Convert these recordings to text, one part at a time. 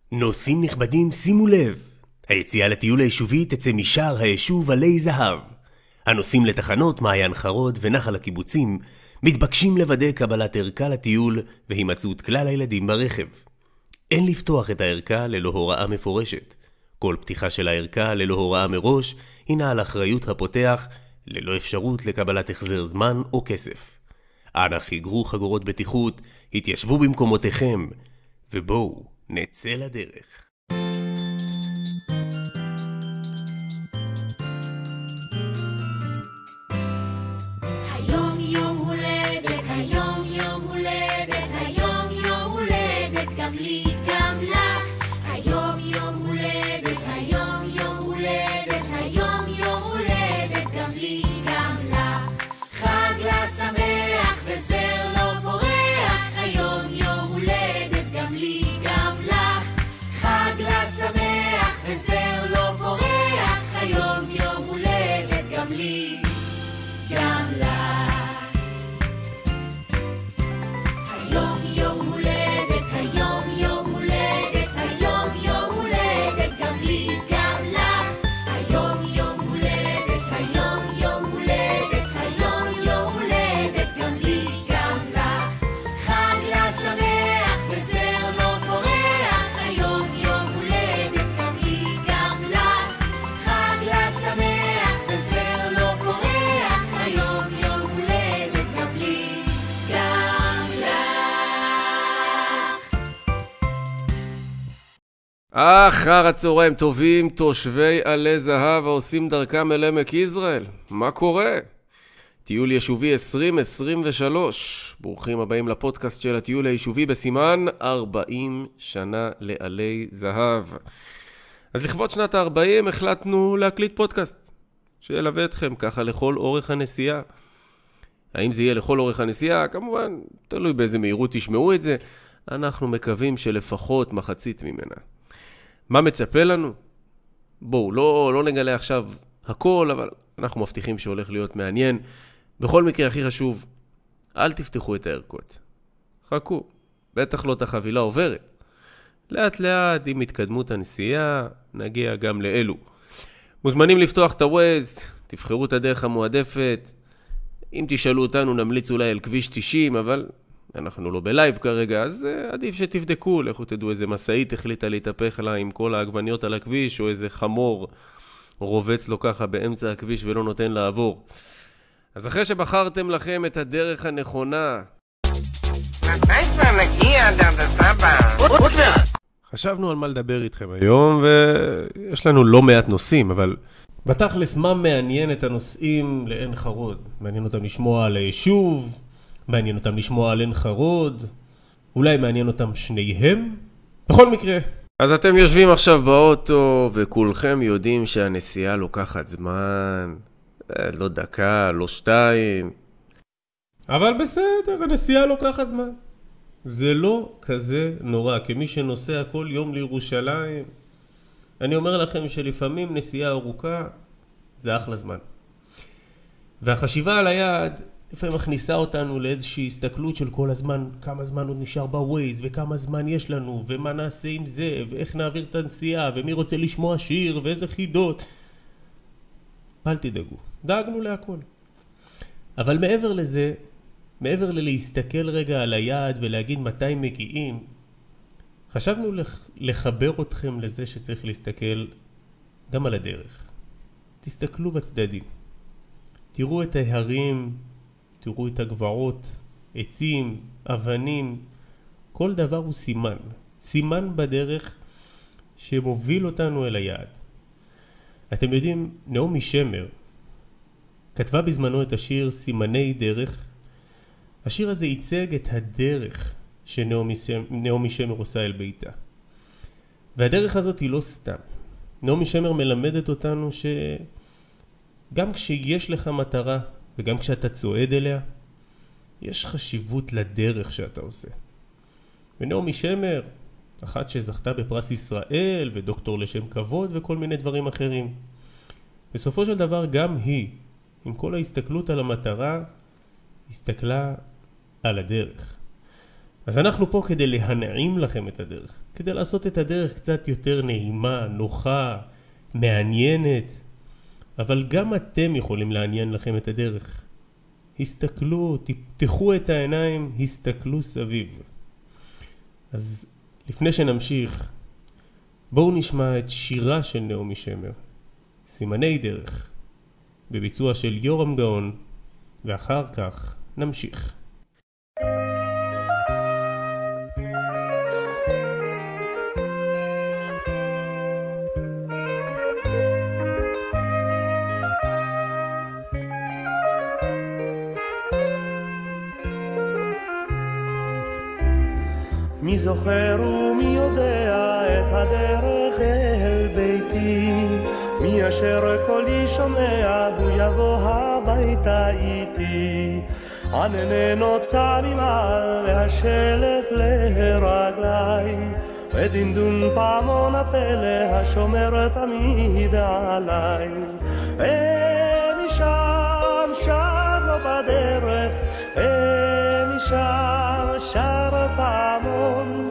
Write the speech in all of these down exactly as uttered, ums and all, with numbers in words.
נוסעים נכבדים, שימו לב. היציאה לטיול היישובי תצא משער היישוב עלי זהב. הנוסעים לתחנות מעיין חרוד ונחל הקיבוצים מתבקשים לוודא קבלת ערכה לטיול והימצאות כלל הילדים ברכב. אין לפתוח את הערכה ללא הוראה מפורשת. כל פתיחה של הערכה ללא הוראה מראש הינה על אחריות הפותח, ללא אפשרות לקבלת החזר זמן או כסף. אנא חיגרו חגורות בטיחות, התיישבו במקומותיכם, ובואו נצא לדרך. היום יום הולדת, היום יום הולדת, היום יום הולדת, גם לי גם לך. היום יום הולדת, היום יום הולדת, היום יום הולדת, גם לי גם לך. חג לה שמח וזר לא פורח, היום יום הולדת, גם לי גם לך. חג לה שמח וזר לא פורח, היום יום הולדת, גם לי גם לך. היום יום הולדת, היום יום הולדת, היום יום הולדת, גם לי גם לך. היום יום הולדת, היום יום הולדת, היום יום הולדת, גם לי גם לך. חג לה שמח וזר לא פורח, היום יום הולדת, גם לי גם לך. חג לה שמח וזר לא פורח, היום יום הולדת, גם לי גם לך. אחר הצהריים טובים, תושבי עלי זהב העושים דרכם אל עמק יזרעאל. מה קורה? טיול יישובי עשרים עשרים ושלוש. ברוכים הבאים לפודקאסט של הטיול היישובי בסימן ארבעים שנה לעלי זהב. אז לכבוד שנת ה-ארבעים החלטנו להקליט פודקאסט שילווה אתכם ככה לכל אורך הנסיעה. האם זה יהיה לכל אורך הנסיעה? כמובן, תלוי באיזה מהירות תשמעו את זה. אנחנו מקווים שלפחות מחצית ממנה. מה מצפה לנו? בואו, לא, לא נגלה עכשיו הכל, אבל אנחנו מבטיחים שהולך להיות מעניין. בכל מקרה, הכי חשוב, אל תפתחו את הערכות. חכו, בטח לא את החבילה עוברת. לאט לאט, עם התקדמות הנסיעה, נגיע גם לאלו. מוזמנים לפתוח את הווייז, תבחרו את הדרך המועדפת. אם תשאלו אותנו, נמליץ אולי על כביש תשעים, אבל אנחנו לא בלייב כרגע, אז עדיף שתבדקו, לכו תדעו איזה מסעית החליטה להתהפך לה עם כל העגבניות על הכביש, או איזה חמור רובץ לו ככה באמצע הכביש ולא נותן לעבור. אז אחרי שבחרתם לכם את הדרך הנכונה, מתי כבר נגיע עד הסבא? עוד מעט. חשבנו על מה לדבר איתכם היום, ויש לנו לא מעט נושאים, אבל בתכלס מה מעניין את הנושאים לעין חרוד? מעניין אותם לשמוע על היישוב, מעניין אותם לשמוע על עין חרוד, אולי מעניין אותם שניהם? בכל מקרה. אז אתם יושבים עכשיו באוטו, וכולכם יודעים שהנסיעה לוקחת זמן, לא דקה, לא שתיים. אבל בסדר, הנסיעה לוקחת זמן. זה לא כזה נורא, כמי שנוסע כל יום לירושלים. אני אומר לכם שלפעמים נסיעה ארוכה זה אחלה זמן. והחשיבה על היעד לפעמים מכניסה אותנו לאיזושהי הסתכלות של כל הזמן, כמה זמן עוד נשאר בווייז, וכמה זמן יש לנו, ומה נעשה עם זה, ואיך נעביר את הנסיעה, ומי רוצה לשמוע שיר, ואיזה חידות. אל תדאגו, דאגנו להכל. אבל מעבר לזה, מעבר ללהסתכל רגע על היעד ולהגיד מתי מגיעים, חשבנו לחבר אתכם לזה שצריך להסתכל גם על הדרך. תסתכלו בצדדים. תראו את ההרים, תראו את הגבעות, עצים, אבנים. כל דבר הוא סימן. סימן בדרך שמוביל אותנו אל היעד. אתם יודעים, נעמי שמר כתבה בזמנו את השיר סימני דרך. השיר הזה ייצג את הדרך שנעמי שמר עושה אל ביתה. והדרך הזאת היא לא סתם. נעמי שמר מלמדת אותנו שגם כשיש לך מטרה וגם כשאתה צועד אליה, יש חשיבות לדרך שאתה עושה. ונעמי שמר, אחת שזכתה בפרס ישראל ודוקטור לשם כבוד וכל מיני דברים אחרים. בסופו של דבר גם היא, עם כל ההסתכלות על המטרה, הסתכלה על הדרך. אז אנחנו פה כדי להנעים לכם את הדרך, כדי לעשות את הדרך קצת יותר נעימה, נוחה, מעניינת, אבל גם אתם יכולים לעניין לכם את הדרך. הסתכלו, תפתחו את העיניים, הסתכלו סביב. אז לפני שנמשיך, בואו נשמע את שירה של נעמי שמר, סימני דרך, בביצוע של יורם גאון, ואחר כך נמשיך. מי זוכר ומי יודע את הדרך אל ביתי, מי אשר קולי שומע הוא יבוא הביתה איתי. ענני נוצה ממעל והשלך לרגלי, ודינדון פעמון הפלא השומר תמיד עליי. ומשם שר לו בדרך, ומשם שר פעמון,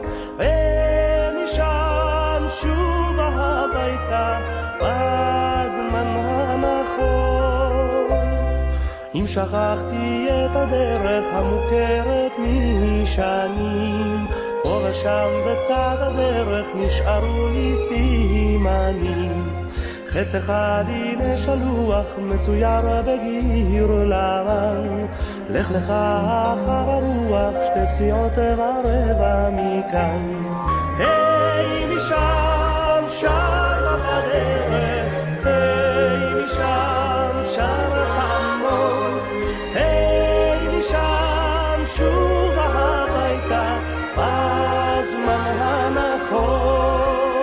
ומשם שוב הביתה בזמן הנכון. אם שכחתי את הדרך המוכרת משנים, פה ושם בצד הדרך נשארו לי סימנים. חץ אחד הנה שלוח מצויר בגיר לבן, לך לך אחר הרוח שתי פסיעות ורבע מכאן. היי משם שר בדרך, היי משם שר פעמון, היי משם שוב הביתה בזמן הנכון.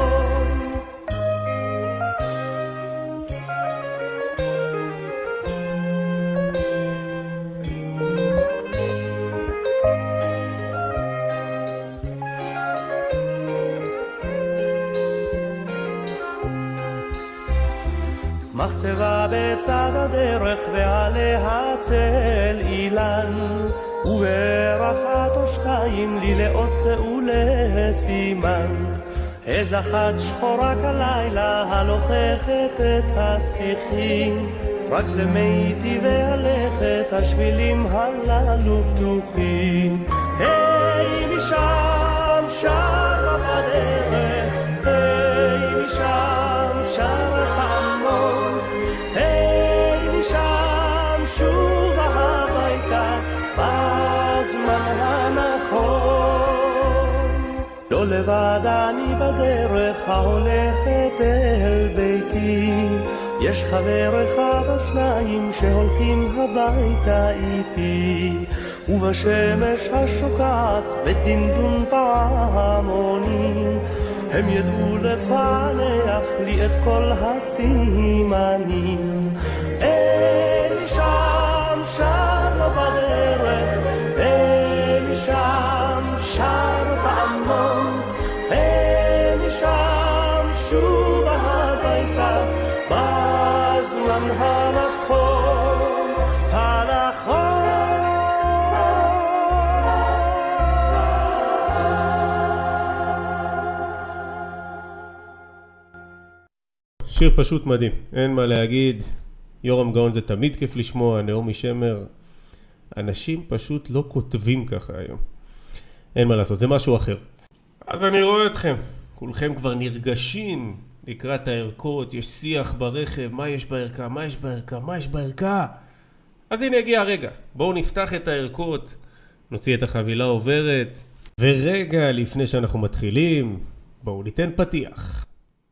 מחצבה בצד הדרך ועליה צל אילן, וברח אחת או שתיים לי לאות ולסימן. איז אחת שחורה כלילה הלוחכת את השיחים, רק למיתי והלכת השבילים הללו פתוחים. היי משם שר בדרך, היי משם שר פעמון, היי משם שוב הביתה בזמן הנכון. לא לבד אני בדרך ההולכת אל ביתי, יש חבר אחד או שניים שהולכים הביתה איתי, ובשמש השוקעת בדינדון פעמונים הם ידעו לפענח לי את כל הסימנים. אין שם שר לו בדרך, אין שם שר פעמון, אין שם שוב הביתה בזמן הנכון, הנכון. שיר פשוט מדהים, אין מה להגיד. יורם גאון זה תמיד כיף לשמוע, נעמי שמר. אנשים פשוט לא כותבים ככה היום. אין מה לעשות, זה משהו אחר. אז אני רואה אתכם, כולכם כבר נרגשים לקראת הערכות, יש שיח ברכב, מה יש בערכה, מה יש בערכה, מה יש בערכה. אז הנה הגיע הרגע, בואו נפתח את הערכות, נוציא את החבילה עוברת, ורגע לפני שאנחנו מתחילים, בואו ניתן פתיח.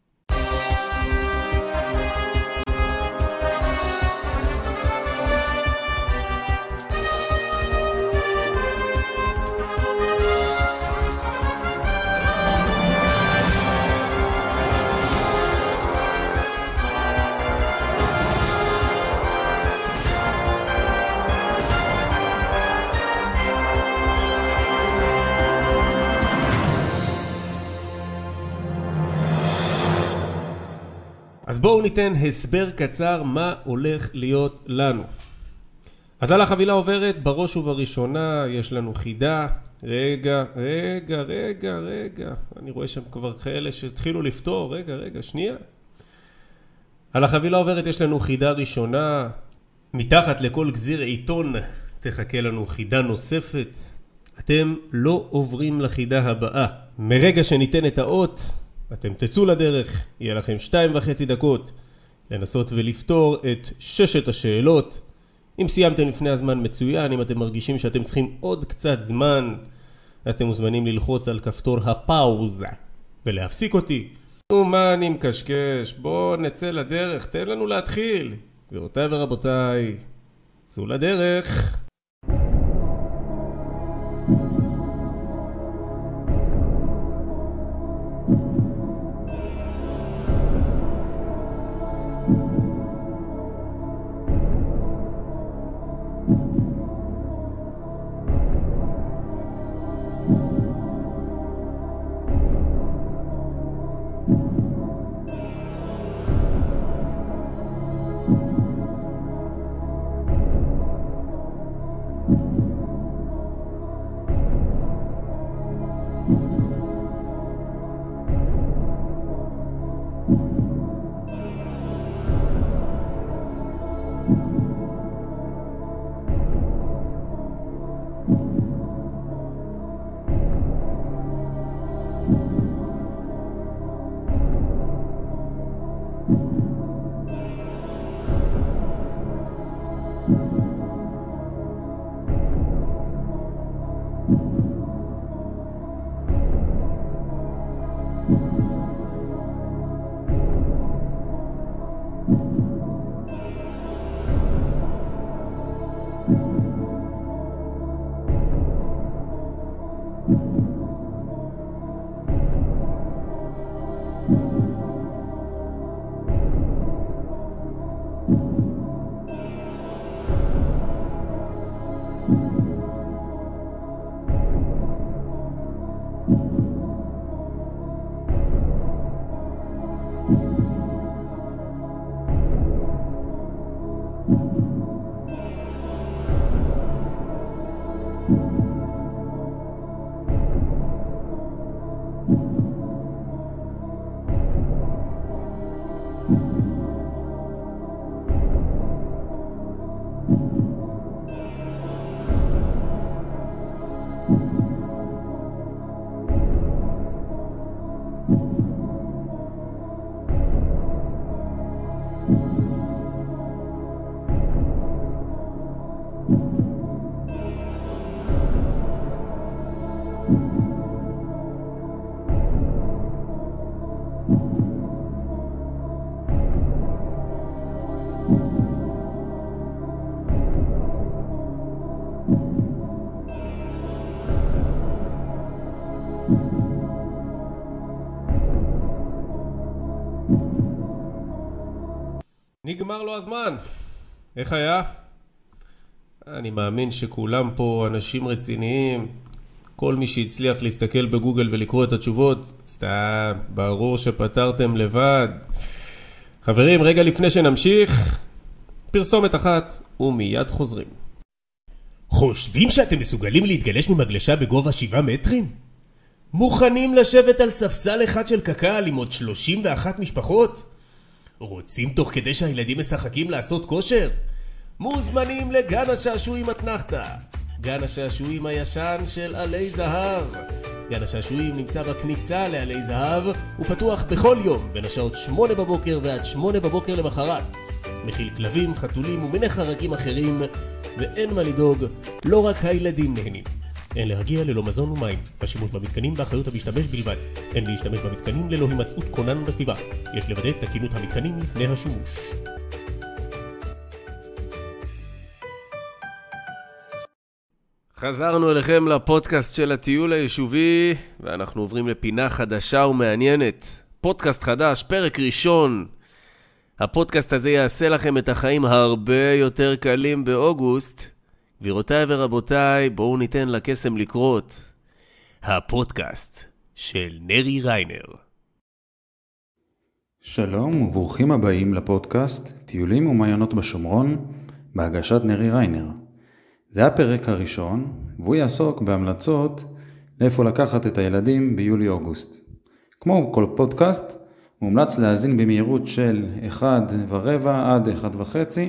אז בואו ניתן הסבר קצר מה הולך להיות לנו. אז על החבילה עוברת, בראש ובראשונה יש לנו חידה, רגע, רגע, רגע, רגע. אני רואה שם כבר כאלה שהתחילו לפתור. רגע, רגע, שנייה. על החבילה עוברת יש לנו חידה ראשונה. מתחת לכל גזיר עיתון תחכה לנו חידה נוספת. אתם לא עוברים לחידה הבאה. מרגע שניתן את האות, אתם תצאו לדרך. יהיה לכם שתיים וחצי דקות לנסות ולפתור את ששת השאלות. אם סיימתם לפני הזמן מצוין, אם אתם מרגישים שאתם צריכים עוד קצת זמן, אתם מוזמנים ללחוץ על כפתור הפאוזה ולהפסיק אותי. ומה אני מקשקש? בואו נצא לדרך, תן לנו להתחיל. גבירותיי ורבותיי, צאו לדרך. נגמר לו הזמן. איך היה? אני מאמין שכולם פה אנשים רציניים. כל מי שהצליח להסתכל בגוגל ולקרוא את התשובות, סתם, ברור שפתרתם לבד. חברים, רגע לפני שנמשיך, פרסומת אחת ומיד חוזרים. חושבים שאתם מסוגלים להתגלש ממגלשה בגובה שבעה מטרים? מוכנים לשבת על ספסל אחד של קק"ל עם עוד שלושים ואחת משפחות? רוצים תוך כדי שהילדים משחקים לעשות כושר? מוזמנים לגן השעשועים אתנחתא, גן השעשועים הישן של עלי זהב. גן השעשועים נמצא בכניסה לעלי זהב, הוא פתוח בכל יום בין השעות שמונה בבוקר ועד שמונה בבוקר למחרת. מכיל כלבים, חתולים ומיני חרקים אחרים, ואין מה לדאוג, לא רק הילדים נהנים. אין להגיע ללא מזון ומים. השימוש במתקנים באחריות המשתמש בלבד. אין להשתמש במתקנים ללא הימצאות כונן בסביבה. יש לוודא את תקינות המתקנים לפני השימוש. חזרנו אליכם לפודקאסט של הטיול היישובי, ואנחנו עוברים לפינה חדשה ומעניינת. פודקאסט חדש, פרק ראשון. הפודקאסט הזה יעשה לכם את החיים הרבה יותר קלים באוגוסט. גבירותיי ורבותיי, בואו ניתן לקסם לקרות. הפודקאסט של נרי ריינר. שלום וברוכים הבאים לפודקאסט טיולים ומעיינות בשומרון, בהגשת נרי ריינר. זה הפרק הראשון, והוא יעסוק בהמלצות לאיפה לקחת את הילדים ביולי-אוגוסט. כמו כל פודקאסט, מומלץ להאזין במהירות של אחד ורבע עד אחד וחצי.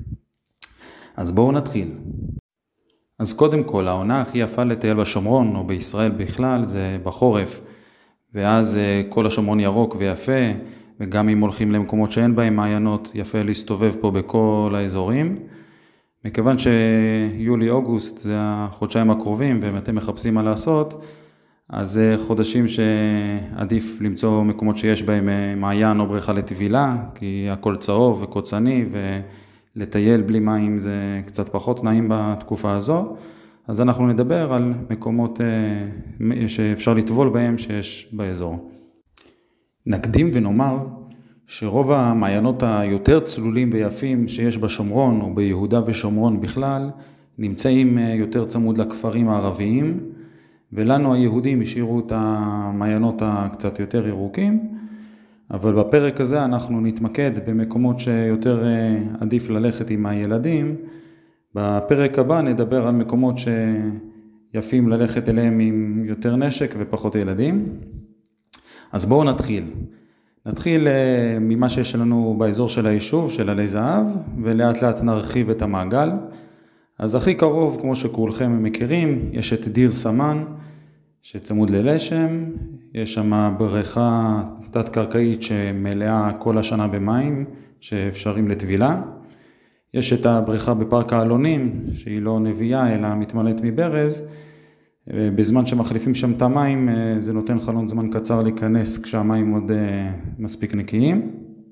אז בואו נתחיל. אז קודם כל, העונה הכי יפה לטייל בשומרון, או בישראל בכלל, זה בחורף. ואז כל השומרון ירוק ויפה, וגם אם הולכים למקומות שאין בהם מעיינות, יפה להסתובב פה בכל האזורים. מכיוון שיולי-אוגוסט זה החודשיים הקרובים, ואם אתם מחפשים מה לעשות, אז זה חודשים שעדיף למצוא מקומות שיש בהם מעיין או בריכה לטבילה, כי הכל צהוב וקוצני, ולטייל בלי מים זה קצת פחות נעים בתקופה הזו. אז אנחנו נדבר על מקומות שאפשר לטבול בהם שיש באזור. נקדים ונאמר שרוב המעיינות היותר צלולים ויפים שיש בשומרון או ביהודה ושומרון בכלל, נמצאים יותר צמוד לכפרים הערביים, ולנו היהודים השאירו את המעיינות הקצת יותר ירוקים, אבל בפרק הזה אנחנו נתמקד במקומות שיותר עדיף ללכת עם הילדים. בפרק הבא נדבר על מקומות שיפים ללכת אליהם עם יותר נשק ופחות ילדים. אז בואו נתחיל. נתחיל ממה שיש לנו באזור של היישוב, של עלי זהב, ולאט לאט נרחיב את המעגל. אז הכי קרוב, כמו שכולכם מכירים, יש את דיר סמן, שצמוד ללשם. יש שם בריכה תת-קרקעית שמלאה כל השנה במים, שאפשרים לטבילה. יש את הבריכה בפארק העלונים, שהיא לא נביאה, אלא מתמלאת מברז. בזמן שמחליפים שם את המים, זה נותן חלון זמן קצר להיכנס כשהמים עוד מספיק נקיים.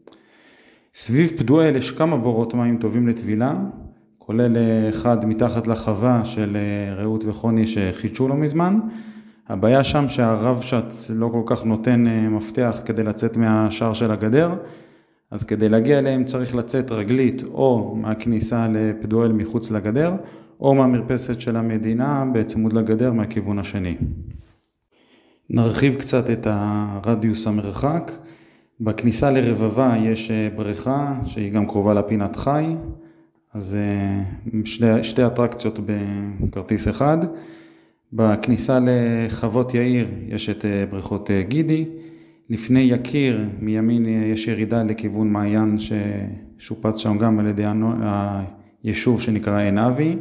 סביב פדואל יש כמה בורות מים טובים לטבילה, כולל אחד מתחת לחווה של רעות וחוני שחידשו לו מזמן. הבעיה שם שהרב שץ לא כל כך נותן מפתח כדי לצאת מהשער של הגדר, אז כדי להגיע אליהם צריך לצאת רגלית או מהכניסה לפדואל מחוץ לגדר, או מהמרפסת של המדינה בצמוד לגדר מהכיוון השני. נרחיב קצת את הרדיוס המרחק. בכניסה לרבבה יש בריכה שהיא גם קרובה לפינת חי, אז שתי, שתי אטרקציות בכרטיס אחד. בכניסה לחוות יאיר יש את בריכות גידי. לפני יקיר מימין יש ירידה לכיוון מעיין ששופץ שם גם על ידי היישוב שנקרא עין אבי.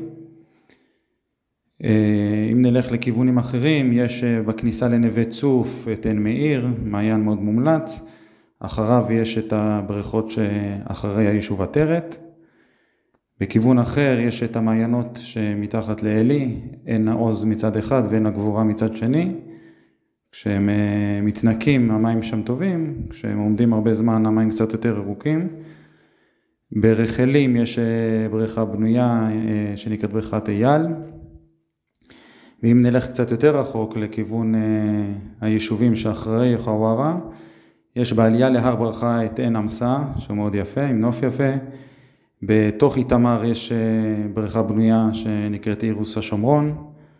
אם נלך לכיוונים אחרים, יש בכניסה לנווה צוף את עין מאיר, מעיין מאוד מומלץ. אחריו יש את הבריכות שאחרי היישוב עטרת. בכיוון אחר יש את המעיינות שמתחת לאלי, עין העוז מצד אחד ועין הגבורה מצד שני. כשהם מתנקים המים שם טובים, כשהם עומדים הרבה זמן המים קצת יותר ירוקים. ברחלים יש בריכה בנויה שנקראת בריכת אייל. ואם נלך קצת יותר רחוק לכיוון היישובים שאחרי חווארה, יש בעלייה להר ברכה את עין עמסה, שהוא מאוד יפה, עם נוף יפה. בתוך איתמר יש בריכה בנויה שנקראת אירוס השומרון.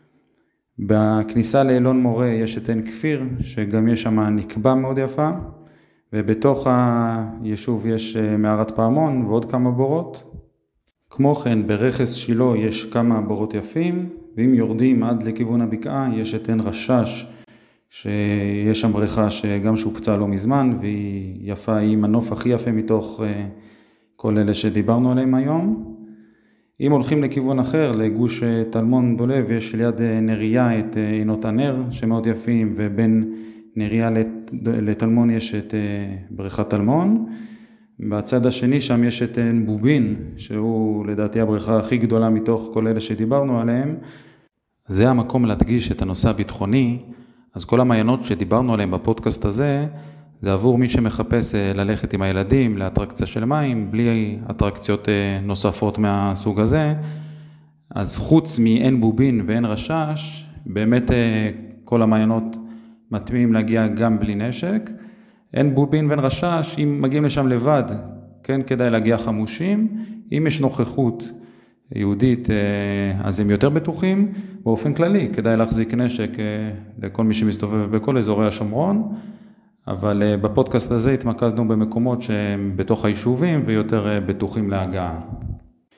בכניסה לאלון מורה יש את עין כפיר, שגם יש שם נקבה מאוד יפה. ובתוך היישוב יש מערת פעמון ועוד כמה בורות. כמו כן, ברכס שילה יש כמה בורות יפים, ואם יורדים עד לכיוון הבקעה, יש את עין רשש, שיש שם בריכה שגם שופצה לא מזמן, והיא יפה, היא מנוף הכי יפה מתוך כל אלה שדיברנו עליהם היום. אם הולכים לכיוון אחר, לגוש תלמון דולב, יש ליד נריה את עינות הנר, שמאוד יפים, ובין נריה לתלמון יש את בריכת תלמון. בצד השני שם יש את עין בובין, שהוא לדעתי הבריכה הכי גדולה מתוך כל אלה שדיברנו עליהם. זה המקום להדגיש את הנושא הביטחוני, אז כל המעיינות שדיברנו עליהם בפודקאסט הזה, זה עבור מי שמחפש ללכת עם הילדים לאטרקציה של מים, בלי אטרקציות נוספות מהסוג הזה. אז חוץ מעין בובין ועין רשש, באמת כל המעיינות מתאימים להגיע גם בלי נשק. אין בובין ואין רשש, אם מגיעים לשם לבד, כן כדאי להגיע חמושים. אם יש נוכחות יהודית, אז הם יותר בטוחים. באופן כללי, כדאי להחזיק נשק לכל מי שמסתובב בכל אזורי השומרון. אבל בפודקאסט הזה התמקדנו במקומות שהם בתוך היישובים ויותר בטוחים להגעה.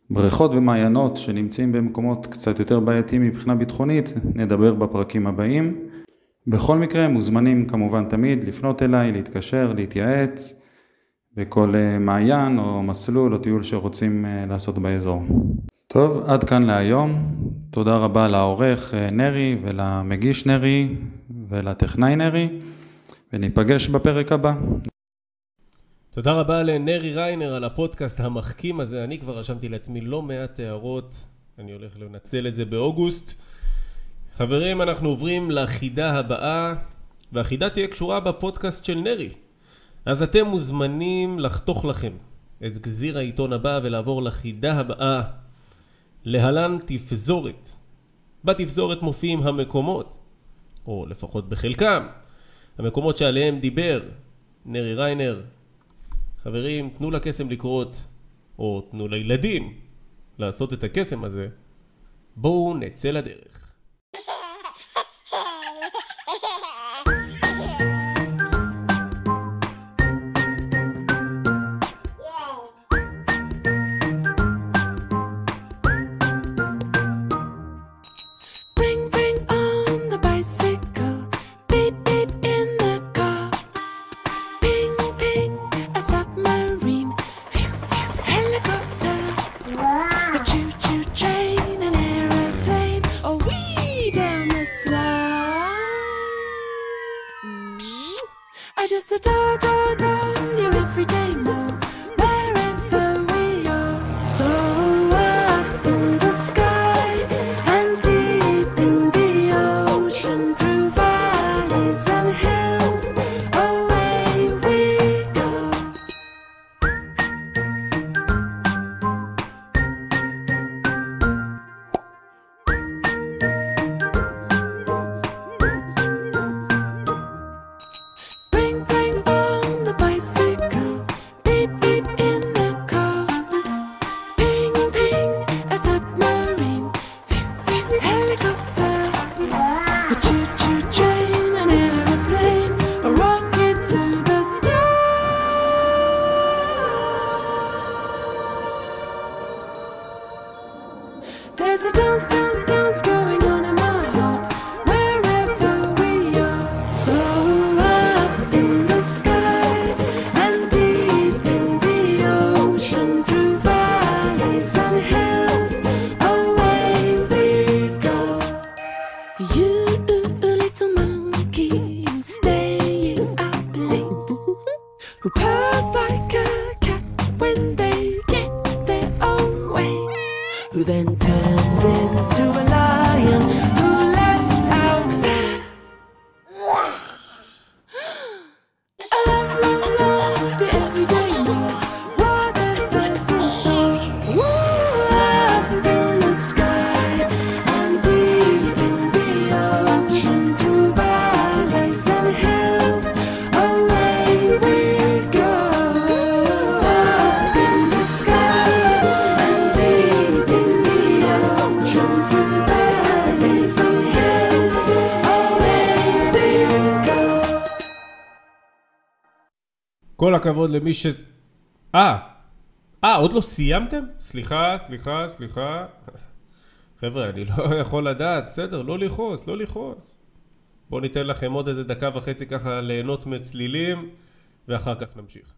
בריכות ומעיינות שנמצאים במקומות קצת יותר בעייתיים מבחינה ביטחונית, נדבר בפרקים הבאים. בכל מקרה, מוזמנים כמובן תמיד לפנות אליי, להתקשר, להתייעץ, בכל מעיין או מסלול או טיול שרוצים לעשות באזור. טוב, עד כאן להיום. תודה רבה לעורך נרי ולמגיש נרי ולטכנאי נרי, וניפגש בפרק הבא. תודה רבה לנרי ריינר על הפודקאסט המחכים הזה. אני כבר רשמתי לעצמי לא מעט הערות, אני הולך לנצל את זה באוגוסט. חברים, אנחנו עוברים לחידה הבאה, והחידה תהיה קשורה בפודקאסט של נרי. אז אתם מוזמנים לחתוך לכם את גזיר העיתון הבא ולעבור לחידה הבאה. להלן תפזורת. בתפזורת מופיעים המקומות, או לפחות בחלקם, המקומות שעליהם דיבר נרי ריינר. חברים, תנו לקסם לקרות, או תנו לילדים לעשות את הקסם הזה. בואו נצא לדרך. Just adore, adore, adore you every day more, wherever we are. So up in the sky and deep in the ocean, through valleys and hills, away we go. There's a dance, dance, dance going on in my heart, wherever we are. So up in the sky and deep in the ocean, through valleys and hills, away we go. You little monkey who's staying up late, who purrs like a cat when they get their own way, who then turns into a lion who lets out I love, love, love the everyday more, whatever's in store. Woo, up in the sky and deep in the ocean, through valleys and hills, away we go. Up in the sky and deep in the ocean, through valleys and hills, away we go. כל הכבוד למי ש... אה, אה, עוד לא סיימתם? סליחה, סליחה, סליחה. חבר'ה, אני לא יכול לדעת, בסדר, לא לכעוס, לא לכעוס. בואו ניתן לכם עוד איזה דקה וחצי ככה ליהנות מצלילים, ואחר כך נמשיך.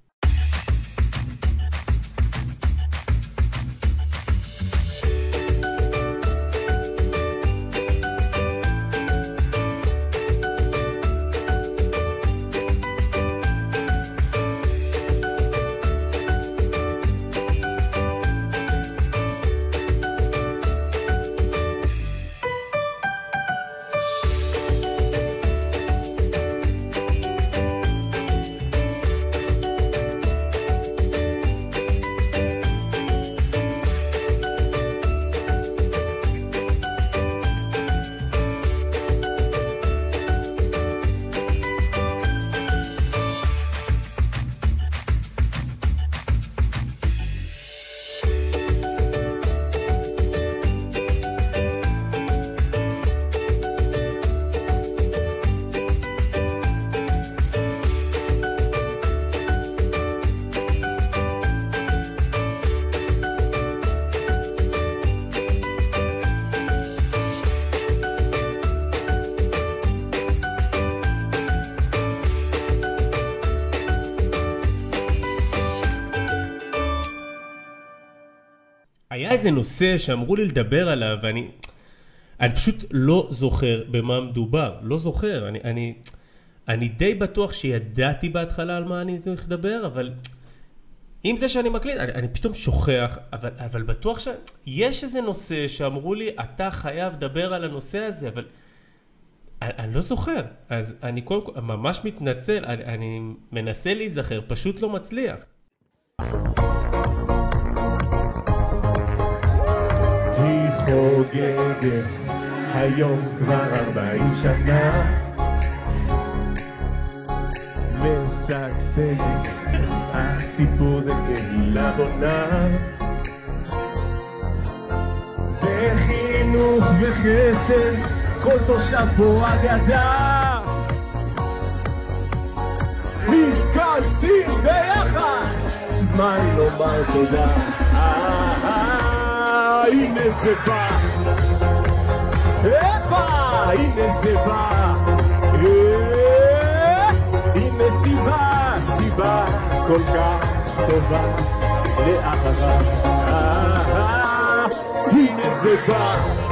היה איזה נושא שאמרו לי לדבר עליו, ואני אני פשוט לא זוכר במה מדובר, לא זוכר. אני, אני, אני די בטוח שידעתי בהתחלה על מה אני צריך לדבר, אבל עם זה שאני מקליט, אני, אני פתאום שוכח, אבל, אבל בטוח שיש איזה נושא שאמרו לי, אתה חייב לדבר על הנושא הזה, אבל אני, אני לא זוכר. אז אני כל, ממש מתנצל, אני, אני מנסה להיזכר, פשוט לא מצליח. היא חוגגת היום כבר ארבעים שנה, משגשג, הסיפור זה קהילה בונה, בחינוך וחסד כל תושב פה אגדה, מתכנסים ביחד, זמן לומר תודה. הנה זה בא, הפה, הנה זה בא, הנה סיבה, סיבה כל כך טובה לאהבה, הנה זה בא.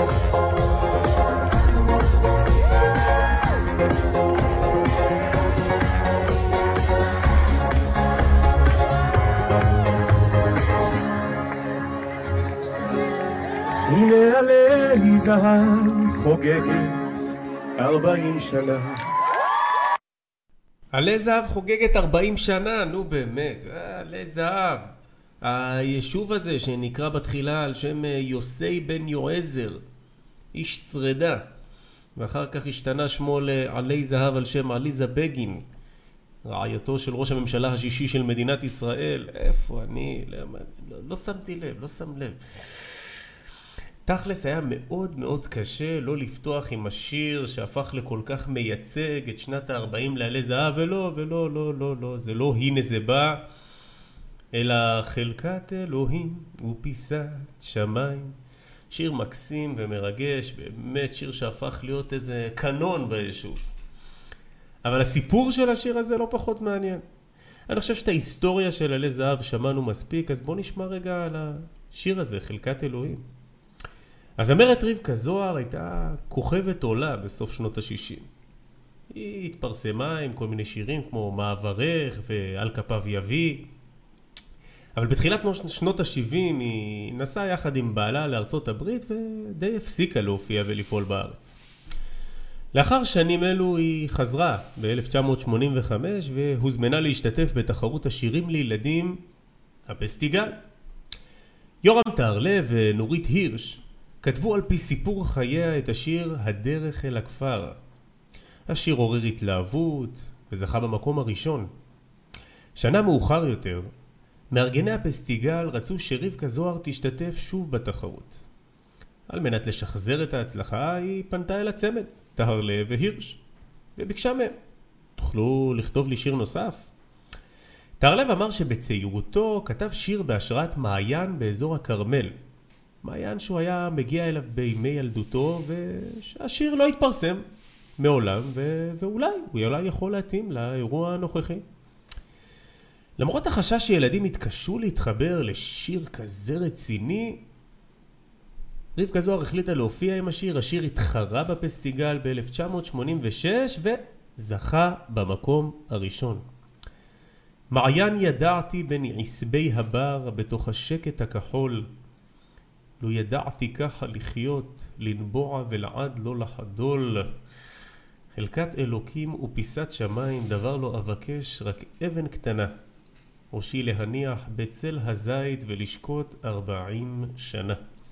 הנה עלי זהב חוגגת ארבעים שנה. עלי זהב חוגגת ארבעים שנה, נו באמת, עלי זהב. היישוב הזה שנקרא בתחילה על שם יוסי בן יועזר, איש צרדה, ואחר כך השתנה שמו לעלי זהב על שם עליזה בגין, רעייתו של ראש הממשלה השישי של מדינת ישראל. איפה אני? לא, לא, לא שמתי לב, לא שם לב. תכלס היה מאוד מאוד קשה לא לפתוח עם השיר שהפך לכל כך מייצג את שנת ה-ארבעים לעלי זהב, ולא, ולא, לא, לא, לא, זה לא הנה זה בא, אלא חלקת אלוהים ופיסת שמיים. שיר מקסים ומרגש, באמת שיר שהפך להיות איזה קנון ביישוב. אבל הסיפור של השיר הזה לא פחות מעניין. אני חושב שאת ההיסטוריה של עלי זהב שמענו מספיק, אז בוא נשמע רגע על השיר הזה, חלקת אלוהים. הזמרת רבקה זוהר הייתה כוכבת עולה בסוף שנות ה-שישים. היא התפרסמה עם כל מיני שירים כמו מעברך ועל כפיו יביא. אבל בתחילת שנות ה-שבעים היא נסעה יחד עם בעלה לארצות הברית ודי הפסיקה להופיע ולפעול בארץ. לאחר שנים אלו היא חזרה ב-אלף תשע מאות שמונים וחמש והוזמנה להשתתף בתחרות השירים לילדים הפסטיגל. יורם טהרלב ונורית הירש כתבו על פי סיפור חייה את השיר הדרך אל הכפר. השיר עורר התלהבות וזכה במקום הראשון. שנה מאוחר יותר, מארגני הפסטיגל רצו שרבקה זוהר תשתתף שוב בתחרות. על מנת לשחזר את ההצלחה היא פנתה אל הצמד, טהרלב והירש, וביקשה מהם, תוכלו לכתוב לי שיר נוסף? טהרלב אמר שבצעירותו כתב שיר בהשראת מעיין באזור הכרמל, מעיין שהוא היה מגיע אליו בימי ילדותו, והשיר לא התפרסם מעולם, ו... ואולי הוא אולי יכול להתאים לאירוע הנוכחי. למרות החשש שילדים יתקשו להתחבר לשיר כזה רציני, רבקה זוהר החליטה להופיע עם השיר. השיר התחרה בפסטיגל ב-אלף תשע מאות שמונים ושש וזכה במקום הראשון. מעיין ידעתי בין עשבי הבר בתוך השקט הכחול, לו ידעתי ככה לחיות, לנבוע ולעד לא לחדול. חלקת אלוקים ופיסת שמיים, דבר לא אבקש, רק אבן קטנה. ראשי להניח בצל הזית ולשקוט ארבעים שנה.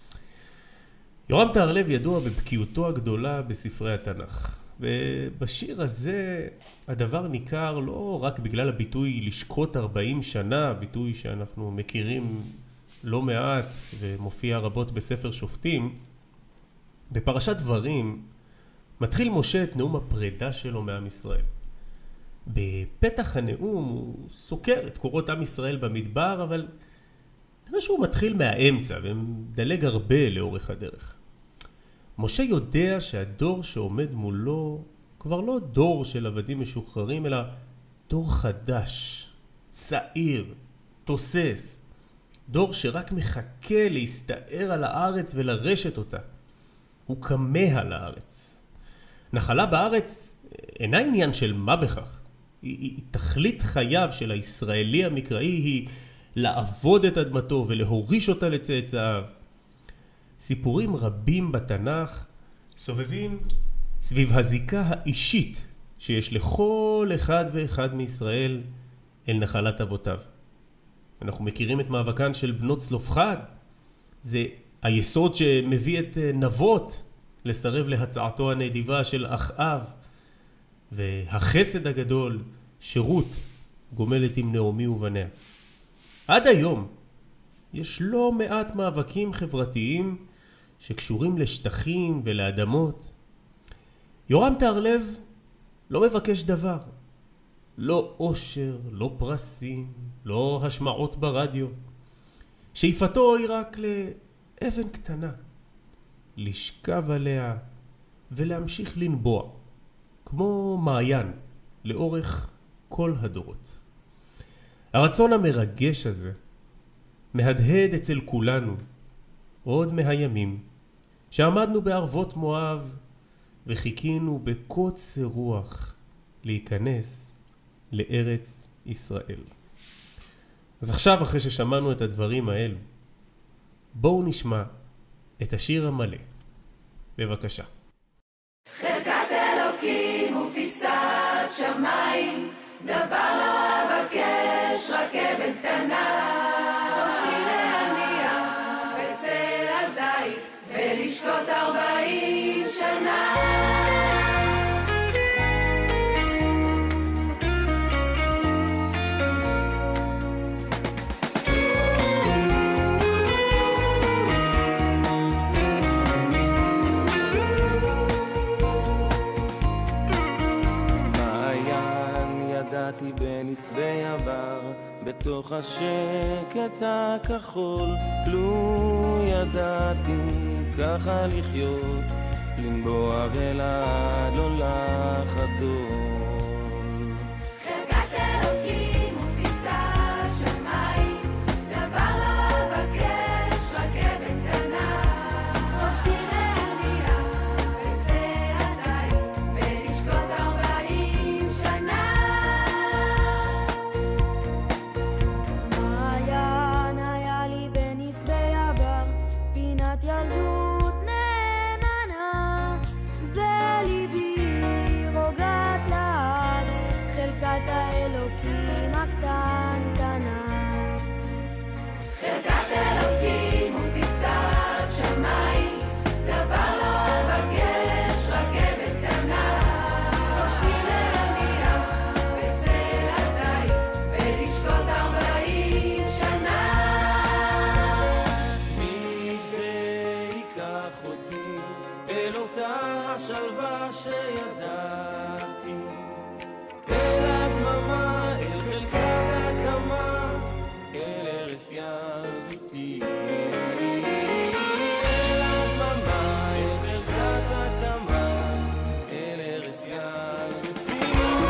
יורם טהרלב ידוע בבקיאותו הגדולה בספרי התנ"ך. ובשיר הזה הדבר ניכר לא רק בגלל הביטוי לשקוט ארבעים שנה, ביטוי שאנחנו מכירים לא מעט ומופיע רבות בספר שופטים. בפרשת דברים מתחיל משה את נאום הפרידה שלו מעם ישראל. בפתח הנאום הוא סוקר את קורות עם ישראל במדבר, אבל נראה שהוא מתחיל מהאמצע ומדלג הרבה לאורך הדרך. משה יודע שהדור שעומד מולו כבר לא דור של עבדים משוחררים, אלא דור חדש, צעיר, תוסס, דור שרק מחכה להסתער על הארץ ולרשת אותה. הוא כמה לארץ. נחלה בארץ אינה עניין של מה בכך. היא, היא, תכלית חייו של הישראלי המקראי היא לעבוד את אדמתו ולהוריש אותה לצאצאיו. סיפורים רבים בתנ"ך סובבים סביב הזיקה האישית שיש לכל אחד ואחד מישראל אל נחלת אבותיו. אנחנו מכירים את מאבקן של בנות צלופחד. זה היסוד שמביא את נבות לסרב להצעתו הנדיבה של אחאב. והחסד הגדול שרות גומלת עם נעמי ובניה. עד היום יש לא מעט מאבקים חברתיים שקשורים לשטחים ולאדמות. יורם טהרלב לא מבקש דבר. לא אושר, לא פרסים, לא השמעות ברדיו. שאיפתו היא רק לאבן קטנה, לשכב עליה ולהמשיך לנבוע, כמו מעיין, לאורך כל הדורות. הרצון המרגש הזה מהדהד אצל כולנו עוד מהימים שעמדנו בערבות מואב וחיכינו בקוצר רוח להיכנס לארץ ישראל. אז עכשיו, אחרי ששמענו את הדברים האלו, בואו נשמע את השיר המלא. בבקשה. חלקת אלוקים ופיסת שמיים, דבר לא אבקש, רכבת קטנה, ראשי להניח בצל הזית ולשקוט ארבעים שנה. ידעתי בנסבי עבר, בתוך השקט הכחול, לו ידעתי ככה לחיות, לנבוע ולעד לא לחדול. חלקת אלוקים ופיסת שמיים, דבר לא אבקש, רכבת קטנה, ראשי להניח בצל הזית ולשקוט ארבעים שנה. ילדות נאמנה בליבי רוגעת לעד, חלקת האלוקים הקטנטנה. חלקת אלוקים ופיסת שמיים, דבר לא אבקש, רכבת קטנה, ראשי להניח בצל הזית ולשקוט ארבעים שנה. השלווה שידעתי, אל הדממה, אל חלקת הקמה, אל ארץ ילדותי. אל הדממה, אל חלקת הקמה, אל ארץ ילדותי.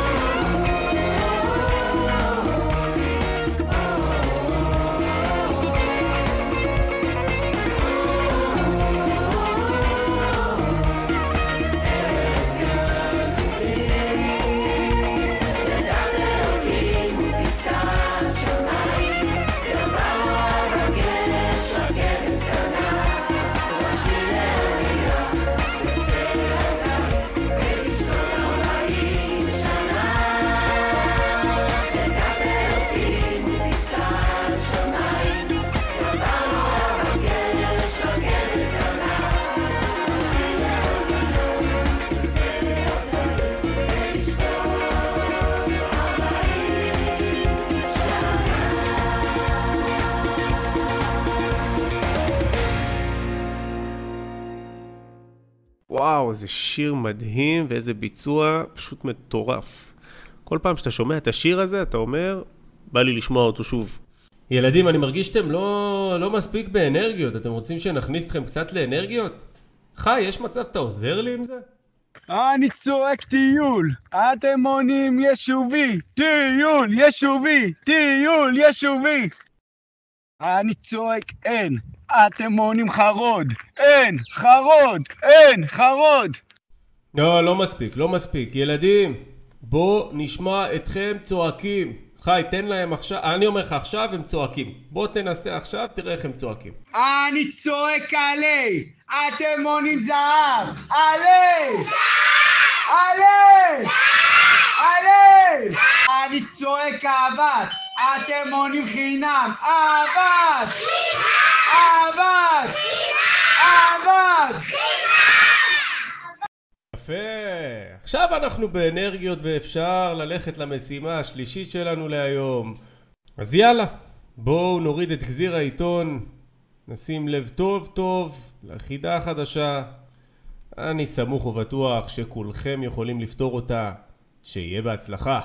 וואו, איזה שיר מדהים ואיזה ביצוע פשוט מטורף. כל פעם שאתה שומע את השיר הזה, אתה אומר, בא לי לשמוע אותו שוב. ילדים, אני מרגיש שאתם לא, לא מספיק באנרגיות. אתם רוצים שנכניס אתכם קצת לאנרגיות? חי, יש מצב, אתה עוזר לי עם זה? אני צועק טיול, אתם עונים ישובי, טיול ישובי, טיול ישובי. אני צועק, אין. אתם מונים חרוד. אין, חרוד, אין, חרוד. לא, לא מספיק, לא מספיק. ילדים, בוא נשמע אתכם צועקים. חי, תן להם עכשיו, אני אומר לך עכשיו הם צועקים. בוא תנסה עכשיו, תראה איך הם צועקים. אני צועק עלי. אתם מונים זהב. עלי! עלי! עלי! אני צועק אהבת. אתם מונים חינם. אהבת! אהבת! אהבת! יפה. עכשיו אנחנו באנרגיות ואפשר ללכת למשימה השלישית שלנו להיום. אז יאללה, בואו נוריד את גזיר העיתון, נשים לב טוב טוב לחידה החדשה. אני סמוך ובטוח שכולכם יכולים לפתור אותה. שיהיה בהצלחה.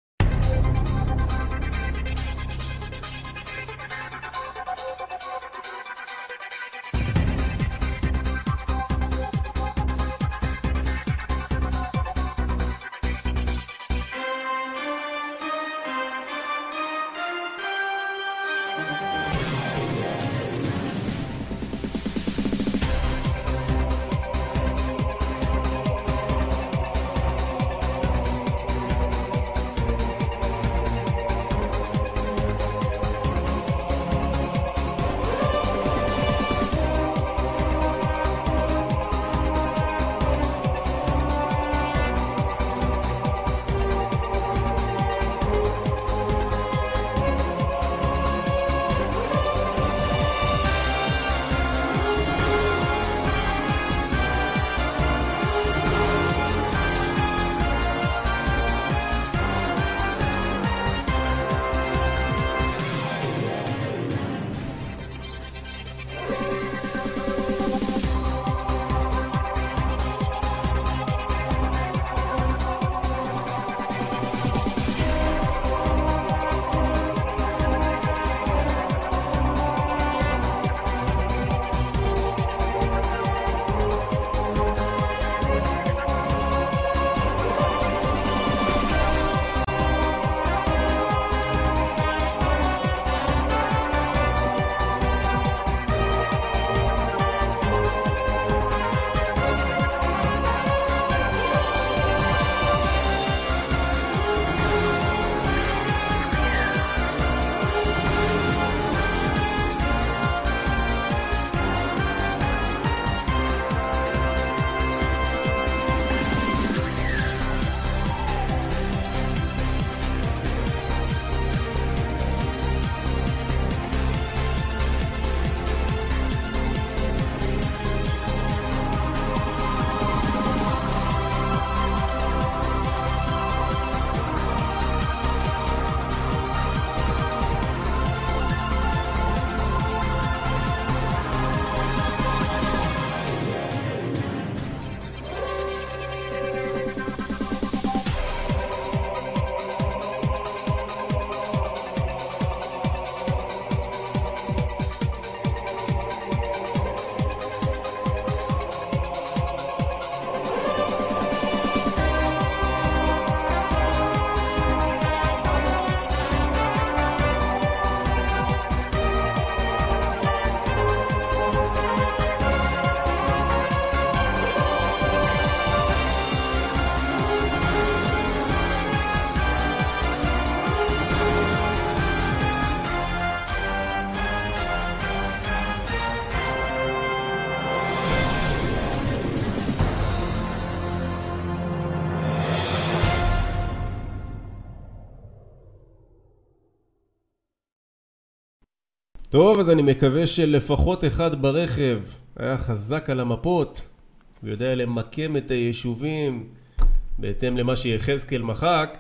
טוב, אז אני מקווה שלפחות אחד ברכב היה חזק על המפות ויודע למקם את היישובים בהתאם למה שיחזקאל מחק.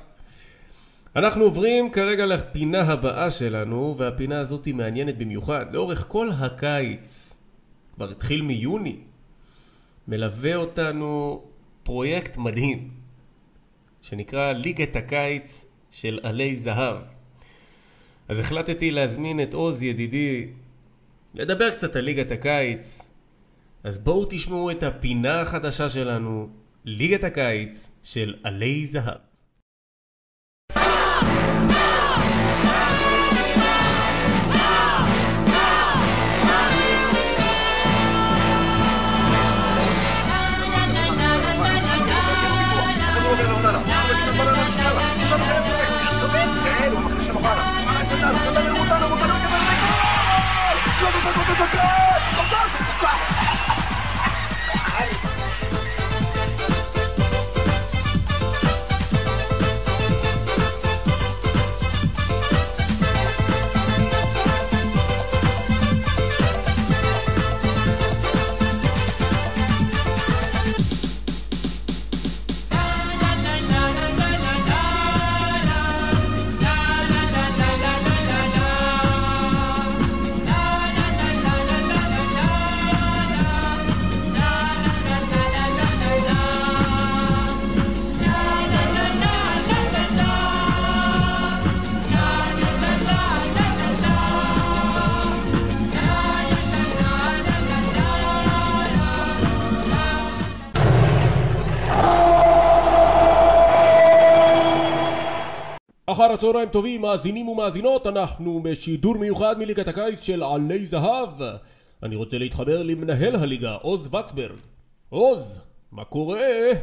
אנחנו עוברים כרגע לפינה הבאה שלנו, והפינה הזאת היא מעניינת במיוחד. לאורך כל הקיץ, כבר התחיל מיוני, מלווה אותנו פרויקט מדהים שנקרא ליגת הקיץ של עלי זהב. אז החלטתי להזמין את עוז ידידי לדבר קצת על ליגת הקיץ. אז בואו תשמעו את הפינה החדשה שלנו, ליגת הקיץ של עלי זהב. אחר הצהריים טובים, מאזינים ומאזינות, אנחנו בשידור מיוחד מליגת הקיץ של עלי זהב. אני רוצה להתחבר למנהל הליגה, עוז וקסברג. עוז, מה קורה?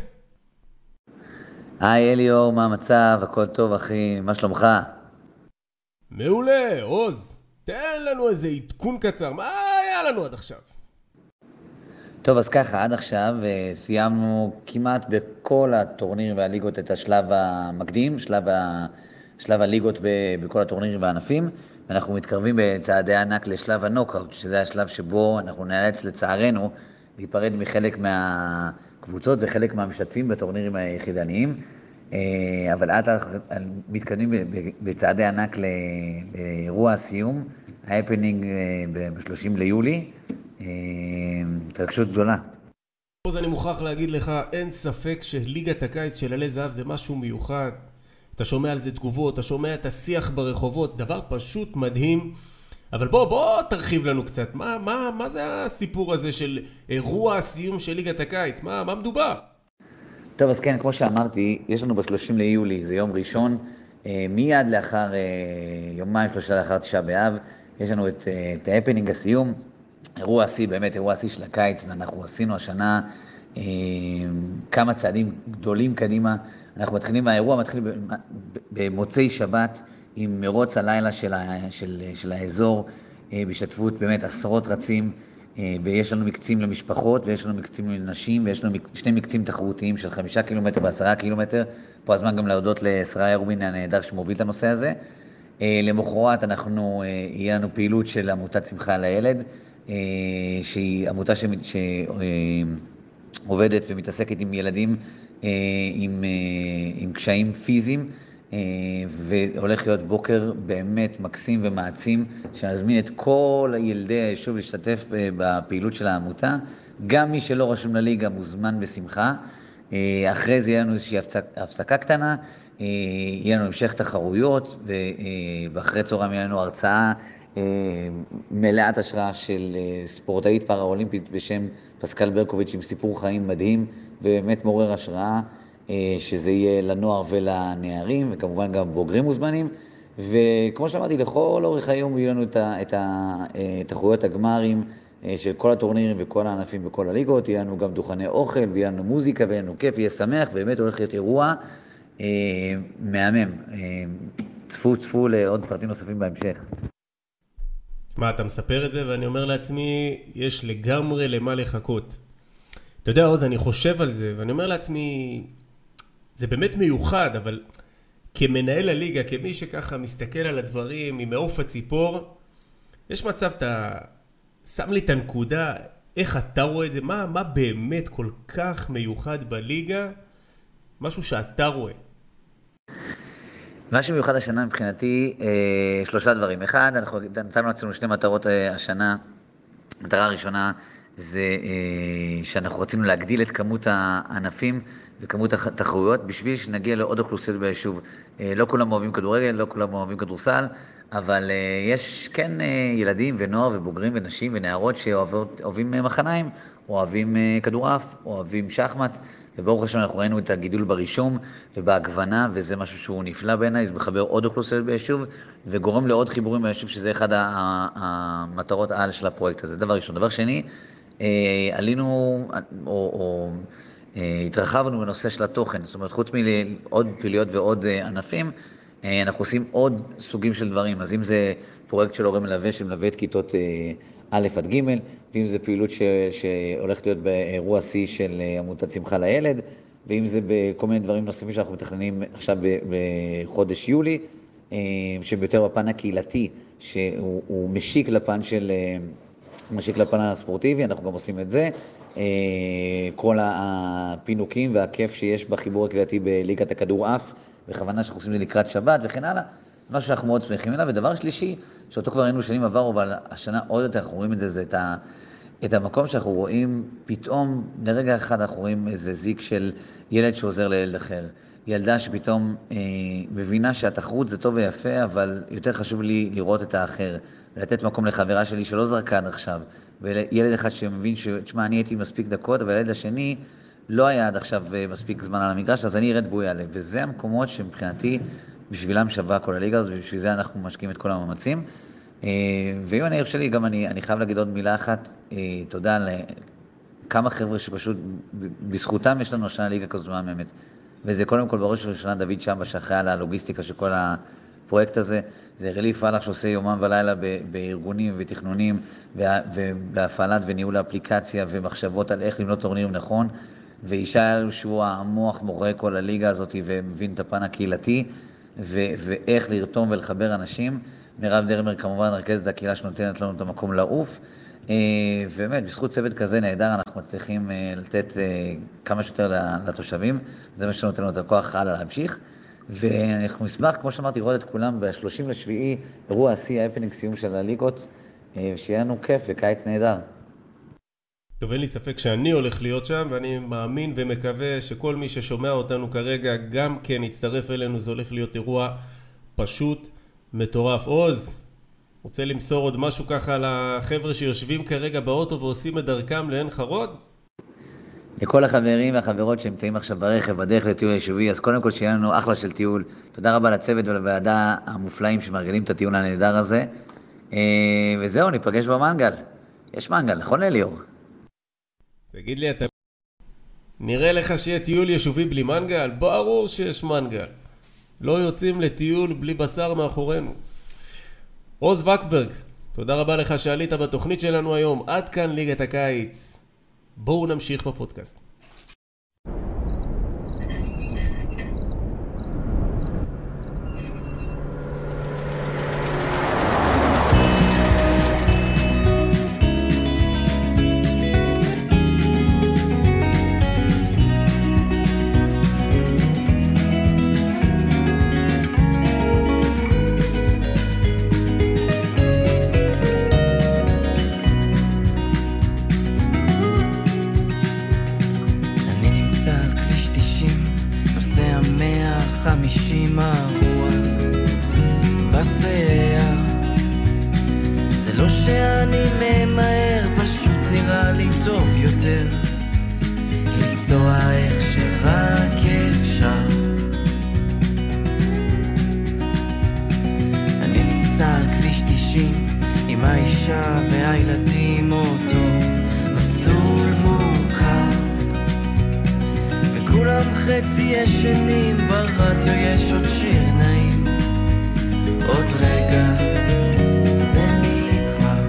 היי אליאור, מה המצב? הכל טוב אחי, מה שלומך? מעולה, עוז. תן לנו איזה עדכון קצר, מה היה לנו עד עכשיו? טוב, אז ככה, עד עכשיו סיימנו כמעט בכל הטורנירים והליגות את השלב המקדים, שלב, ה... שלב הליגות ב... בכל הטורנירים והענפים, ואנחנו מתקרבים בצעדי ענק לשלב הנוקאוט, שזה השלב שבו אנחנו נאלץ לצערנו להיפרד מחלק מהקבוצות וחלק מהמשתתפים בטורנירים היחידניים, אבל עד אנחנו מתקדמים בצעדי ענק לאירוע הסיום, ההפנינג ב-שלושים ליולי, התרגשות גדולה. אז אני מוכרח להגיד לך, אין ספק שליגת הקיץ של עלי זהב זה משהו מיוחד. אתה שומע על זה תגובות, אתה שומע את השיח ברחובות, זה דבר פשוט מדהים. אבל בוא, בוא תרחיב לנו קצת, מה, מה, מה זה הסיפור הזה של אירוע הסיום של ליגת הקיץ? מה, מה מדובר? טוב, אז כן, כמו שאמרתי, יש לנו ב-שלושים ליולי, זה יום ראשון, מיד לאחר, יומיים שלושה לאחר תשעה באב, יש לנו את, את ההפנינג הסיום, אירוע השיא, באמת אירוע השיא של הקיץ, ואנחנו עשינו השנה אה, כמה צעדים גדולים קדימה. אנחנו מתחילים, האירוע מתחיל במוצאי שבת עם מרוץ הלילה של, ה, של, של האזור, אה, בהשתתפות באמת עשרות רצים, אה, ויש לנו מקצים למשפחות, ויש לנו מקצים לנשים, ויש לנו שני מקצים תחרותיים של חמישה קילומטר ועשרה קילומטר. פה הזמן גם להודות לסריה רובין הנהדר שמוביל את הנושא הזה. אה, למחרת אנחנו, אה, יהיה לנו פעילות של עמותת שמחה לילד, שהיא עמותה שעובדת ומתעסקת עם ילדים עם, עם קשיים פיזיים, והולך להיות בוקר באמת מקסים ומעצים, שנזמין את כל ילדי היישוב להשתתף בפעילות של העמותה. גם מי שלא רשום לליגה מוזמן בשמחה. אחרי זה יהיה לנו איזושהי הפסקה קטנה, יהיה לנו המשך תחרויות, ואחרי צהריים יהיה לנו הרצאה מלאת השראה של ספורטאית פאראולימפית בשם פסקל ברקוביץ' עם סיפור חיים מדהים ובאמת מעורר השראה, שזה יהיה לנוער ולנערים וכמובן גם בוגרים מוזמנים. וכמו שאמרתי, לכל אורך היום יהיו לנו את התחרויות הגמרים של כל הטורנירים וכל הענפים וכל הליגות, יהיה לנו גם דוכני אוכל ויהיה לנו מוזיקה ויהיה לנו כיף, יהיה שמח, ובאמת הולך להיות אירוע מהמם. צפו צפו לעוד פרטים נוספים בהמשך. מה, אתה מספר את זה ואני אומר לעצמי, יש לגמרי למה לחכות. אתה יודע, עוז, אני חושב על זה ואני אומר לעצמי, זה באמת מיוחד, אבל כמנהל הליגה, כמי שככה מסתכל על הדברים ממעוף הציפור, יש מצב, אתה שם לי את הנקודה, איך אתה רואה את זה, מה, מה באמת כל כך מיוחד בליגה, משהו שאתה רואה. מה שמיוחד השנה מבחינתי, אה, שלושה דברים. אחד, אנחנו נתנו לעצמנו שני מטרות אה, השנה. המטרה הראשונה זה אה, שאנחנו רצינו להגדיל את כמות הענפים וכמות התחרויות, בשביל שנגיע לעוד אוכלוסיות ביישוב. אה, לא כולם אוהבים כדורגל, לא כולם אוהבים כדורסל, אבל אה, יש כן אה, ילדים ונוער ובוגרים ונשים ונערות שאוהבים מחניים, אוהבים אה, כדורעף, אוהבים שחמט, וברוך השם אנחנו ראינו את הגידול ברישום ובהגוונה, וזה משהו שהוא נפלא בעיניי, זה מחבר עוד אוכלוסיות ביישוב, וגורם לעוד חיבורים ביישוב, שזה אחד המטרות העל של הפרויקט הזה. דבר ראשון. דבר שני, עלינו או, או התרחבנו בנושא של התוכן, זאת אומרת, חוץ מעוד פעילויות ועוד ענפים, אנחנו עושים עוד סוגים של דברים. אז אם זה פרויקט של הורה מלווה שמלווה את כיתות א' עד ג', ואם זה פעילות ש... שהולכת להיות באירוע C של עמותת שמחה לילד, ואם זה בכל מיני דברים נוספים שאנחנו מתכננים עכשיו בחודש יולי, שביותר בפן הקהילתי, שהוא משיק לפן של, משיק לפן הספורטיבי, אנחנו גם עושים את זה. כל הפינוקים והכיף שיש בחיבור הקהילתי בליגת הכדורעף, בכוונה שאנחנו עושים את זה לקראת שבת וכן הלאה, משהו שאנחנו מאוד שמחים אליו. ודבר שלישי, שאותו כבר ראינו שנים עברו, אבל השנה עוד יותר אנחנו רואים את זה, זה את, ה, את המקום שאנחנו רואים, פתאום לרגע אחד אנחנו רואים איזה זיק של ילד שעוזר לילד אחר. ילדה שפתאום אה, מבינה שהתחרות זה טוב ויפה, אבל יותר חשוב לי לראות את האחר, ולתת מקום לחברה שלי שלא זרקה עד עכשיו, וילד אחד שמבין שתשמע, אני הייתי מספיק דקות, אבל הילד השני לא היה עד עכשיו מספיק זמן על המגרש, אז אני ארד והוא יעלה. וזה המקומות שמבחינתי בשבילם שווה כל הליגה הזאת, ובשביל זה אנחנו משקיעים את כל המאמצים. ואם אני חושב לי, גם אני, אני חייב להגיד עוד מילה אחת, תודה לכמה חבר'ה שפשוט, בזכותם יש לנו השנה ליגה כזאת מהממת. וזה קודם כל בראש ובראשונה דוד שמבה שאחראי על הלוגיסטיקה של כל הפרויקט הזה. זה רלי פלח שעושה יומם ולילה בארגונים ותכנונים ובהפעלת וניהול האפליקציה ומחשבות על איך לבנות טורניר נכון. וישי שהוא המוח מורה כל הליגה הזאת ומבין את הפן הקהילתי ו- ואיך לרתום ולחבר אנשים. מירב דרמר כמובן רכזת הקהילה שנותנת לנו את המקום לעוף. ובאמת, בזכות צוות כזה נהדר, אנחנו מצליחים לתת כמה שיותר לתושבים. זה מה שנותן לנו את הכוח הלאה להמשיך. ואנחנו נשמח, כמו שאמרתי, לראות את כולם ב-שלושים לשביעי, אירוע השיא, האפנינג סיום של הליגות, שיהיה לנו כיף וקיץ נהדר. טוב, אין לי ספק שאני הולך להיות שם, ואני מאמין ומקווה שכל מי ששומע אותנו כרגע גם כן יצטרף אלינו. זה הולך להיות אירוע פשוט מטורף. עוז, רוצה למסור עוד משהו ככה לחבר'ה שיושבים כרגע באוטו ועושים את דרכם לעין חרוד? לכל החברים והחברות שנמצאים עכשיו ברכב, בדרך לטיול היישובי, אז קודם כל שיהיה לנו אחלה של טיול. תודה רבה לצוות ולוועדה המופלאים שמארגנים את הטיול הנהדר הזה. וזהו, ניפגש במנגל. יש מנגל, נכון אליאור? תגיד לי, אתה... נראה לך שיהיה טיול יישובי בלי מנגל? ברור שיש מנגל. לא יוצאים לטיול בלי בשר מאחורינו. עוז וקסברג, תודה רבה לך שעלית בתוכנית שלנו היום. עד כאן ליגת הקיץ. בואו נמשיך בפודקאסט. חצי ישנים ברדיו, יש עוד שיר נעים, עוד רגע זה נגמר.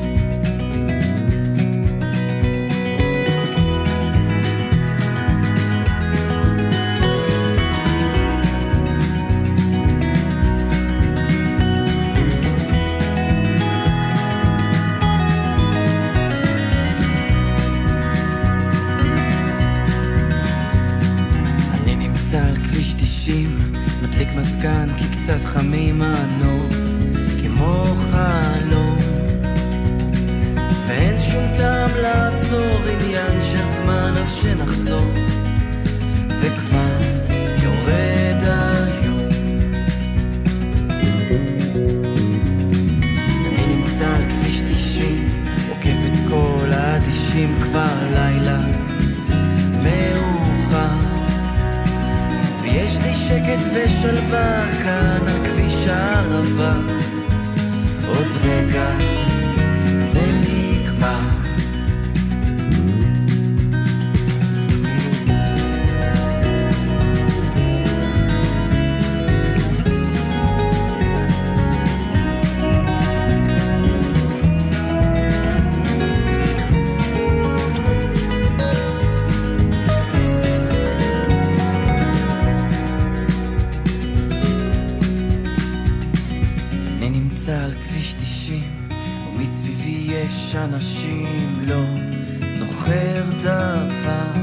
מדליק מזגן כי קצת חמים הנוף כמו חלום, ואין שום טעם לעצור, עניין של זמן עד שנחזור, וכבר יורד היום. אני נמצא על כביש תשעים, עוקף את כל האדישים, כבר לילה מאוחר, יש לי שקט ושלווה כאן על כביש הערבה, עוד רגע זה נגמר. אנשים לא זוכר דבר,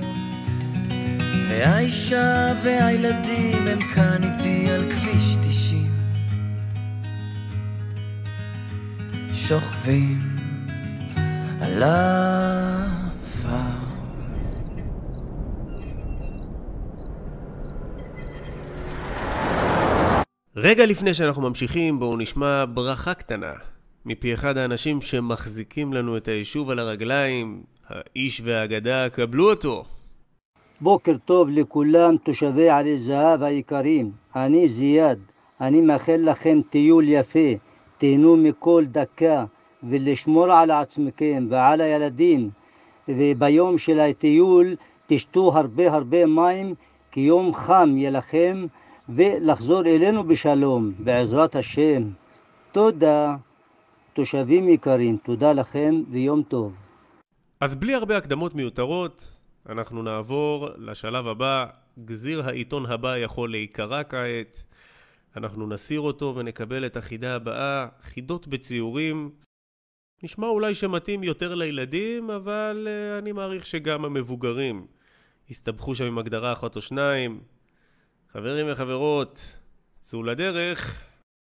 והאישה והילדים הם כאן איתי על כביש תשעים, שוכבים על העפר. רגע לפני שאנחנו ממשיכים, בואו נשמע ברכה קטנה מפי אחד האנשים שמחזיקים לנו את היישוב על הרגליים, האיש והאגדה, קבלו אותו. בוקר טוב לכולם תושבי עלי זהב היקרים. אני זיאד, אני מאחל לכם טיול יפה, תהנו מכל דקה ולשמור על עצמכם ועל הילדים, וביום של הטיול תשתו הרבה הרבה מים, כי יום חם יהיה לכם, ולחזור אלינו בשלום, בעזרת השם. תודה, תושבים יקרים, תודה לכם ויום טוב. אז בלי הרבה הקדמות מיותרות, אנחנו נעבור לשלב הבא. גזיר העיתון הבא יכול להיקרא כעת. אנחנו נסיר אותו ונקבל את החידה הבאה, חידות בציורים. נשמע אולי שמתאים יותר לילדים, אבל uh, אני מעריך שגם המבוגרים הסתבכו שם עם הגדרה אחת או שניים. חברים וחברות, צאו לדרך.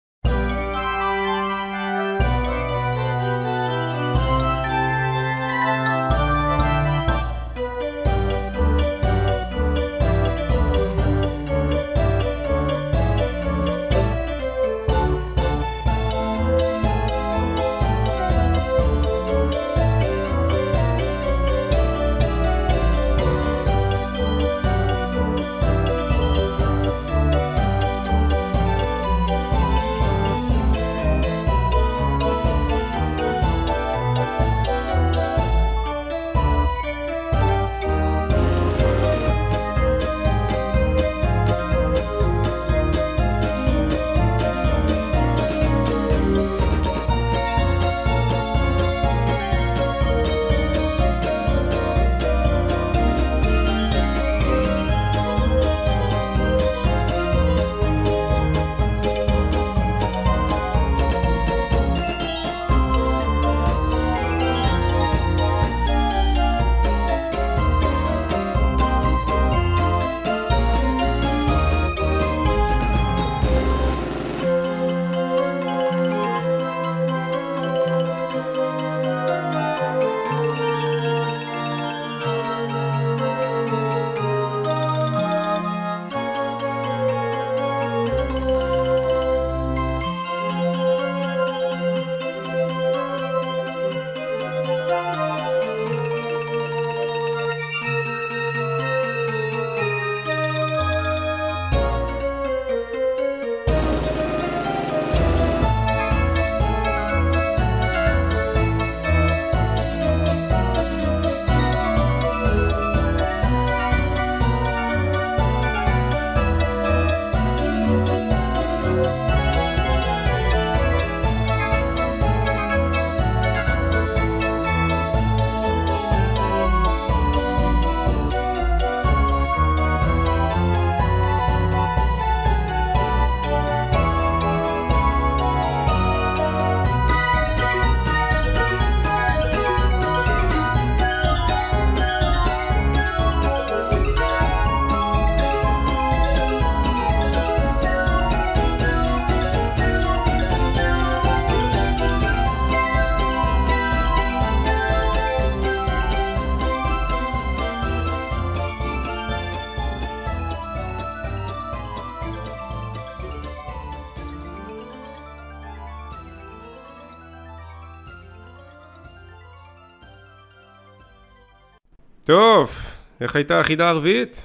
טוב, איך הייתה החידה הרביעית?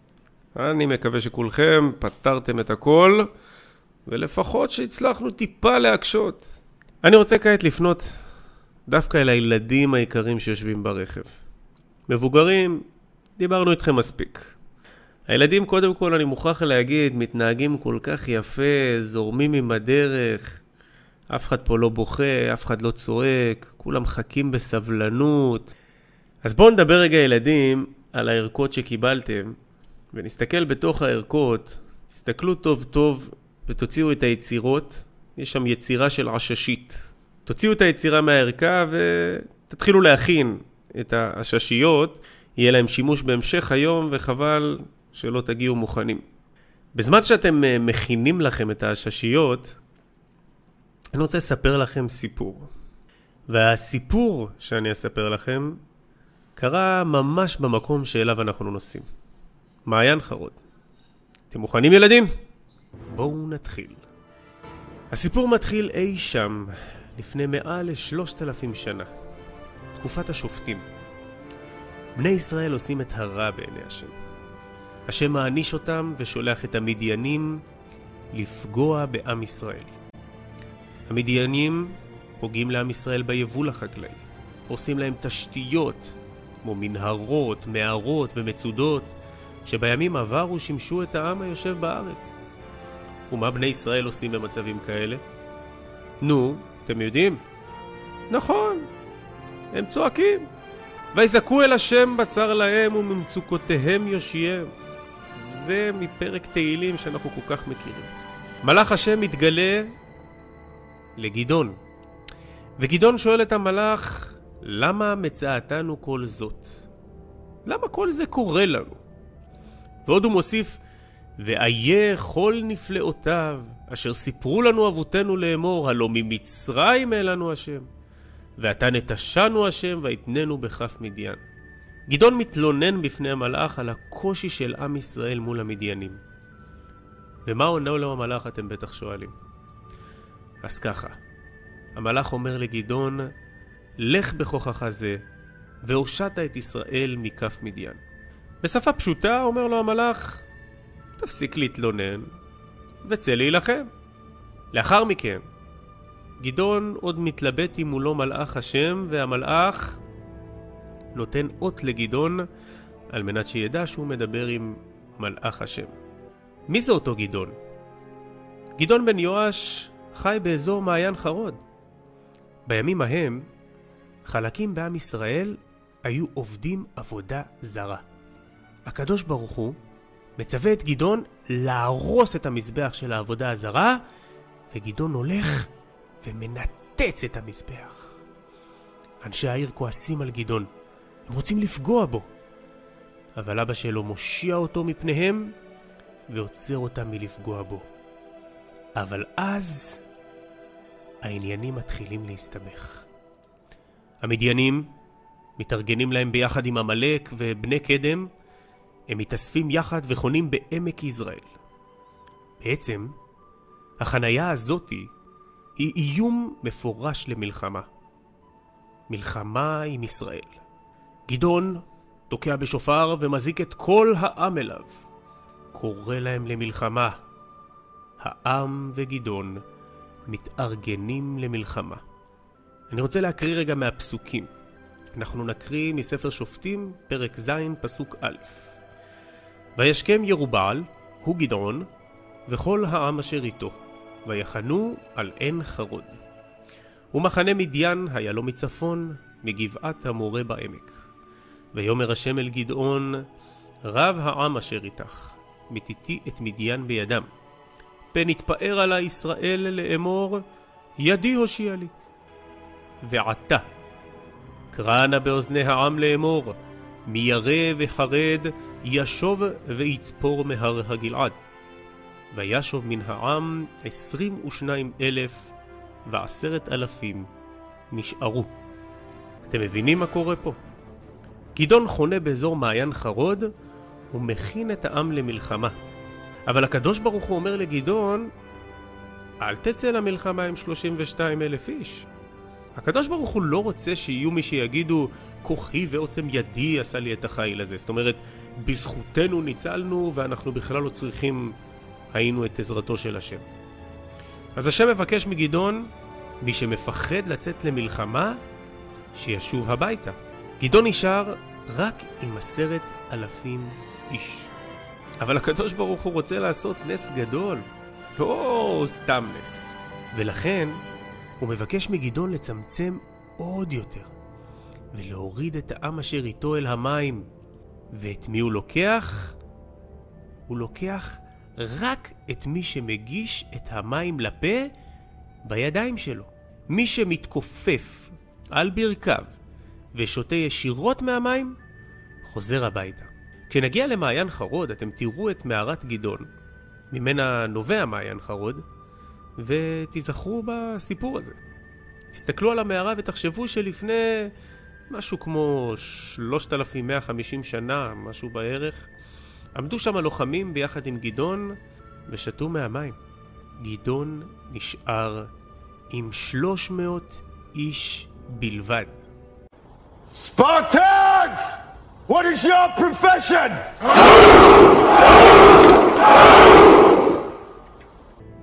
אני מקווה שכולכם פתרתם את הכל, ולפחות שהצלחנו טיפה להקשות. אני רוצה כעת לפנות דווקא אל הילדים היקרים שיושבים ברכב. מבוגרים, דיברנו איתכם מספיק. הילדים, קודם כל, אני מוכרח להגיד, מתנהגים כל כך יפה, זורמים עם הדרך. אף אחד פה לא בוכה, אף אחד לא צועק, כולם מחכים בסבלנות. אז בואו נדבר רגע, ילדים, על הערכות שקיבלתם, ונסתכל בתוך הערכות. תסתכלו טוב טוב ותוציאו את היצירות. יש שם יצירה של עששית. תוציאו את היצירה מהערכה ותתחילו להכין את העששיות. יהיה להם שימוש בהמשך היום, וחבל שלא תגיעו מוכנים. בזמן שאתם מכינים לכם את העששיות, אני רוצה לספר לכם סיפור. והסיפור שאני אספר לכם קרה ממש במקום שאליו אנחנו נוסעים. מעיין חרוד. אתם מוכנים, ילדים? בואו נתחיל. הסיפור מתחיל אי שם לפני מעל לשלושת אלפים שנה. תקופת השופטים. בני ישראל עושים את הרע בעיני השם. השם מעניש אותם ושולח את המדיינים לפגוע בעם ישראל. המדיינים פוגעים לעם ישראל ביבול החקלאי, עושים להם תשתיות כמו מנהרות, מערות ומצודות שבימים עברו שימשו את העם היושב בארץ. ומה בני ישראל עושים במצבים כאלה? נו, אתם יודעים? נכון, הם צועקים. ויזעקו אל השם בצר להם וממצוקותיהם יושיעם. זה מפרק תהילים שאנחנו כל כך מכירים. מלאך השם מתגלה לגדעון. וגדעון שואל את המלאך, למה מצאתנו כל זאת? למה כל זה קורה לנו? ועוד הוא מוסיף, ואיה כל נפלאותיו, אשר סיפרו לנו אבותינו לאמור, הלא ממצרים אלינו השם, ואתה נטשנו השם, ויתננו בכף מדיין. גדעון מתלונן בפני המלאך על הקושי של עם ישראל מול המדיינים. ומה עונה לו המלאך, אתם בטח שואלים. אז ככה, המלאך אומר לגדעון, לך בכוחך זה, והושעת את ישראל מכף מדיין. בשפה פשוטה אומר לו המלאך, תפסיק להתלונן, וצא להילחם. לאחר מכן, גדעון עוד מתלבט אם הוא לא מלאך השם, והמלאך נותן אות לגדעון על מנת שידע שהוא מדבר עם מלאך השם. מי זה אותו גדעון? גדעון בן יואש חי באזור מעיין חרוד. בימים ההם, חלקים בעם ישראל היו עובדים עבודה זרה. הקדוש ברוך הוא מצווה את גדעון להרוס את המזבח של העבודה הזרה, וגדעון הולך ומנתץ את המזבח. אנשי העיר כועסים על גדעון, הם רוצים לפגוע בו. אבל אבא שלו מושיע אותו מפניהם ועוצר אותם מלפגוע בו. אבל אז העניינים מתחילים להסתבך. המדיינים מתארגנים להם ביחד עם עמלק ובני קדם, הם מתאספים יחד וחונים בעמק יזרעאל. בעצם, החנייה הזאת היא איום מפורש למלחמה. מלחמה עם ישראל. גדעון תוקע בשופר ומזיק את כל העם אליו. קורא להם למלחמה. העם וגדעון מתארגנים למלחמה. אני רוצה להקריא רגע מהפסוקים. אנחנו נקריא מספר שופטים, פרק ז', פסוק א'. וישכם ירובעל, הוא גדעון, וכל העם אשר איתו, ויחנו על עין חרוד. ומחנה מדיין היה לו מצפון, מגבעת המורה בעמק. ויאמר השם אל גדעון, רב העם אשר איתך, מתיתי את מדיין בידם. פן יתפאר עלי ישראל לאמור, ידי הושיע לי. ועתה, קרא נא באוזני העם לאמור, מי ירא וחרד ישוב ויצפור מהר הגלעד. וישוב מן העם עשרים ושניים אלף ועשרת אלפים נשארו. אתם מבינים מה קורה פה? גדעון חונה באזור מעיין חרוד ומכין את העם למלחמה. אבל הקדוש ברוך הוא אומר לגדעון, אל תצא למלחמה עם שלושים ושניים אלף איש. הקדוש ברוך הוא לא רוצה שיהיו מי שיגידו, כוחי ועוצם ידי עשה לי את החיל הזה. זאת אומרת, בזכותנו ניצלנו ואנחנו בכלל לא צריכים, היינו את עזרתו של השם. אז השם מבקש מגדעון, מי שמפחד לצאת למלחמה, שישוב הביתה. גדעון נשאר רק עם עשרת אלפים איש. אבל הקדוש ברוך הוא רוצה לעשות נס גדול, לא סתם נס. ולכן הוא מבקש מגדעון לצמצם עוד יותר, ולהוריד את העם אשר איתו אל המים. ואת מי הוא לוקח? הוא לוקח רק את מי שמגיש את המים לפה בידיים שלו. מי שמתכופף על ברכיו ושותה ישירות מהמים, חוזר הביתה. כשנגיע למעיין חרוד, אתם תראו את מערת גדעון, ממנה נובע מעיין חרוד, ותזכרו בסיפור הזה. תסתכלו על המערה ותחשבו שלפני משהו כמו שלושת אלפים ומאה וחמישים שנה, משהו בערך, עמדו שם לוחמים ביחד עם גדעון ושתו מהמים. גדעון נשאר עם שלוש מאות איש בלבד. Spartans! What is your profession?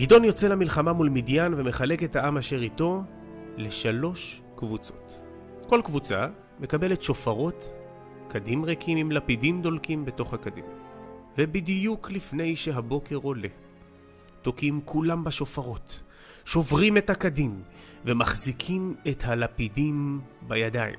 גדעון יוצא למלחמה מול מדיין ומחלק את העם אשר איתו לשלוש קבוצות. כל קבוצה מקבלת שופרות, קדים ריקים עם לפידים דולקים בתוך הקדים. ובדיוק לפני שהבוקר עולה, תוקים כולם בשופרות, שוברים את הקדים ומחזיקים את הלפידים בידיים.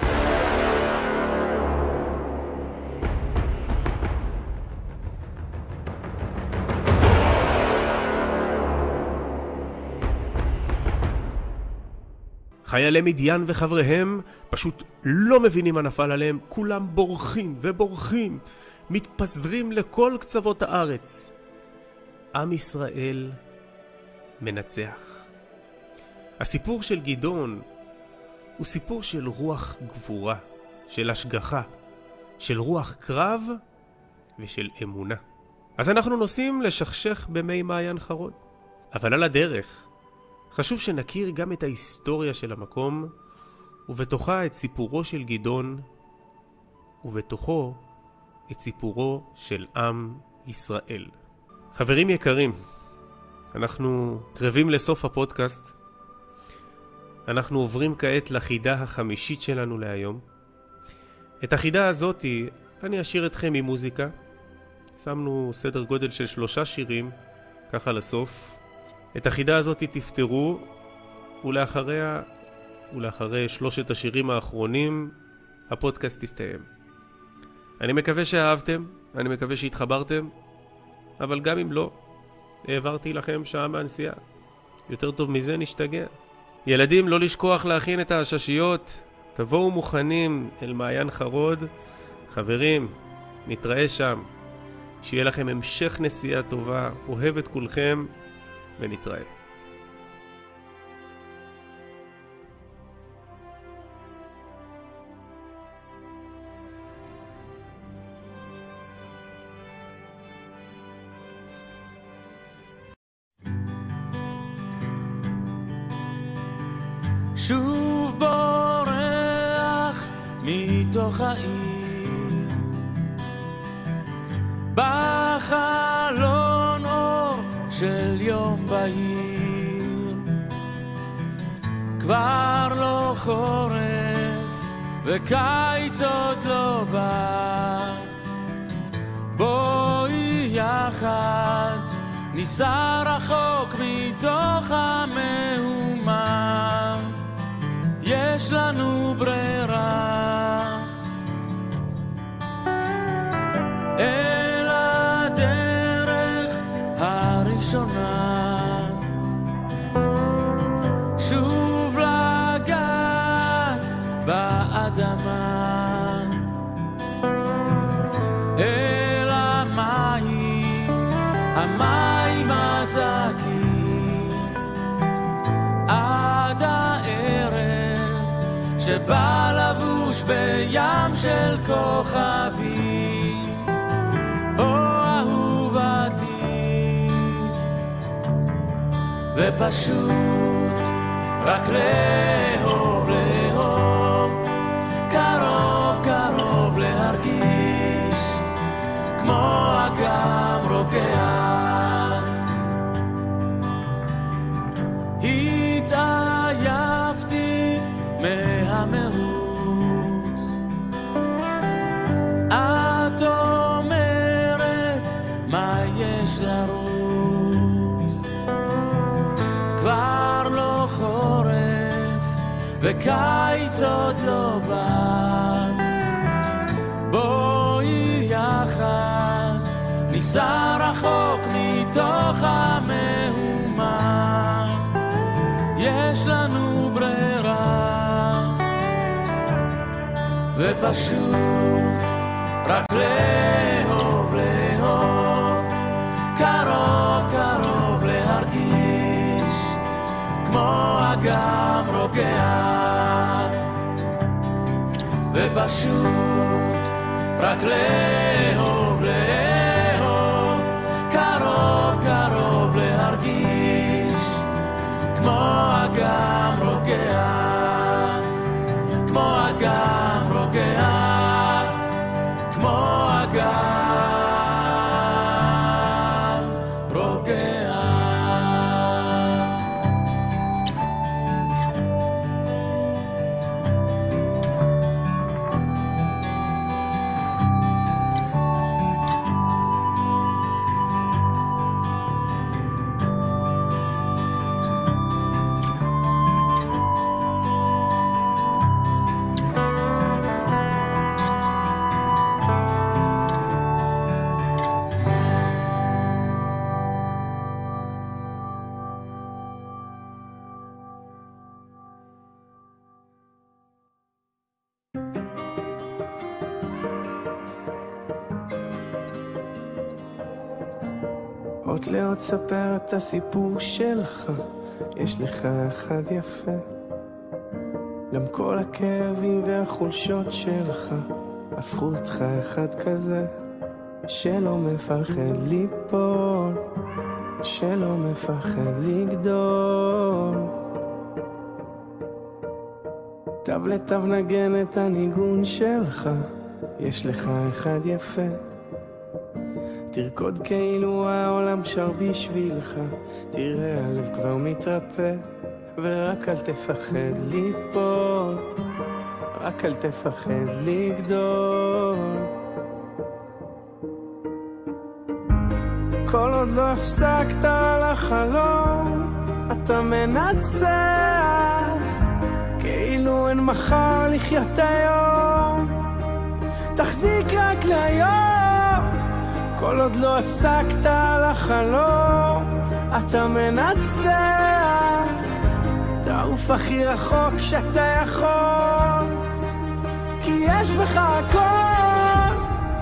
חיילי מדיין וחבריהם פשוט לא מבינים מה נפל עליהם, כולם בורחים ובורחים, מתפזרים לכל קצוות הארץ. עם ישראל מנצח. הסיפור של גדעון הוא סיפור של רוח גבורה, של השגחה, של רוח קרב ושל אמונה. אז אנחנו נוסעים לשכשך במי מעיין חרוד. אבל על הדרך חשוב שנכיר גם את ההיסטוריה של המקום, ובתוכה את סיפורו של גדעון, ובתוכו את סיפורו של עם ישראל. חברים יקרים, אנחנו קרבים לסוף הפודקאסט. אנחנו עוברים כעת לחידה החמישית שלנו להיום. את החידה הזאת אני אשאיר אתכם עם מוזיקה. שמנו סדר גודל של שלושה שירים, ככה לסוף. את החידה הזאת תפתרו, ולאחריה, ולאחרי שלושת השירים האחרונים, הפודקאסט יסתיים. אני מקווה שאהבתם, אני מקווה שהתחברתם, אבל גם אם לא, העברתי לכם שעה מהנסיעה. יותר טוב מזה נשתגע. ילדים, לא לשכוח להכין את הששיות, תבואו מוכנים אל מעיין חרוד. חברים, נתראה שם. שיהיה לכם המשך נסיעה טובה, אוהב את כולכם, ונתראה. שוב בורח מתוך העיר, בחלון אור של יום בהיר, כבר לא חורף וקיץ עוד לא בא, בואי יחד ניסע רחוק מתוך המהומה, יש לנו ברירה אל הדרך הראשונה, שוב לגעת באדמה, אל המים, המים הזכים, עד הערב שבא לבוש בים של כוכבים, או אהובתי, ופשוט רק לאהוב, לאהוב, קרוב קרוב להרגיש, כמו אגם רוקע. התעייפתי מהמרוץ, את אומרת מה יש לרוץ, כבר לא חורף וקיץ עוד לא בא, בואי יחד ניסע רחוק מתוך המהומה, יש לנו ברירה ופשוט רק לאהוב, לאהוב, קרוב קרוב להרגיש, כמו אגם רוקע, ופשוט רק לאהוב, לאהוב, קרוב קרוב להרגיש, כמו אגם רוקע, כמו אגם רוקע, כמו אגם רוקע. עוד לעוד ספר את הסיפור שלך, יש לך אחד יפה. גם כל הכאבים והחולשות שלך הפכו אותך אחד כזה, שלא מפחד ליפול, שלא מפחד לגדול. תו לתו נגן את הניגון שלך, יש לך אחד יפה. תרקוד כאילו העולם שר בשבילך, תראה הלב כבר מתרפא. ורק אל תפחד ליפול, רק אל תפחד לגדול. כל עוד לא הפסקת על החלום, אתה מנצח, כאילו אין מחר לחיות היום. תחזיק רק ליום, כל עוד לא הפסקת על החלום, אתה מנצח. תעוף הכי רחוק שאתה יכול, כי יש בך הכל.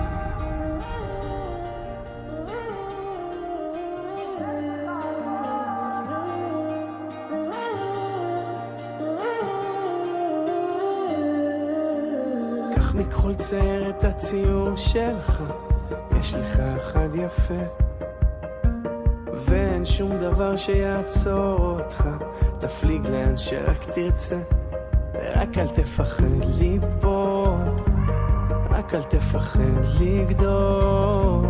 קח מכל צייר את הציור שלך, יש לך אחד יפה. ואין שום דבר שיעצור אותך, תפליג לאן שרק תרצה. ורק אל תפחד ליפול, רק אל תפחד לגדול.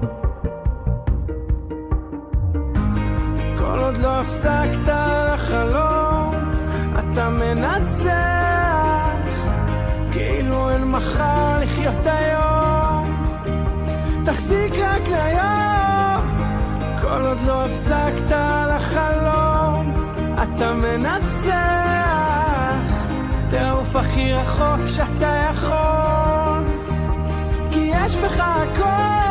כל עוד לא הפסקת על החלום, אתה מנצח, כאילו אין מחר לחיות היום. תחזיק רק ליום, כל עוד לא הפסקת על החלום, אתה מנצח. תעוף הכי רחוק שאתה יכול, כי יש בך הכל.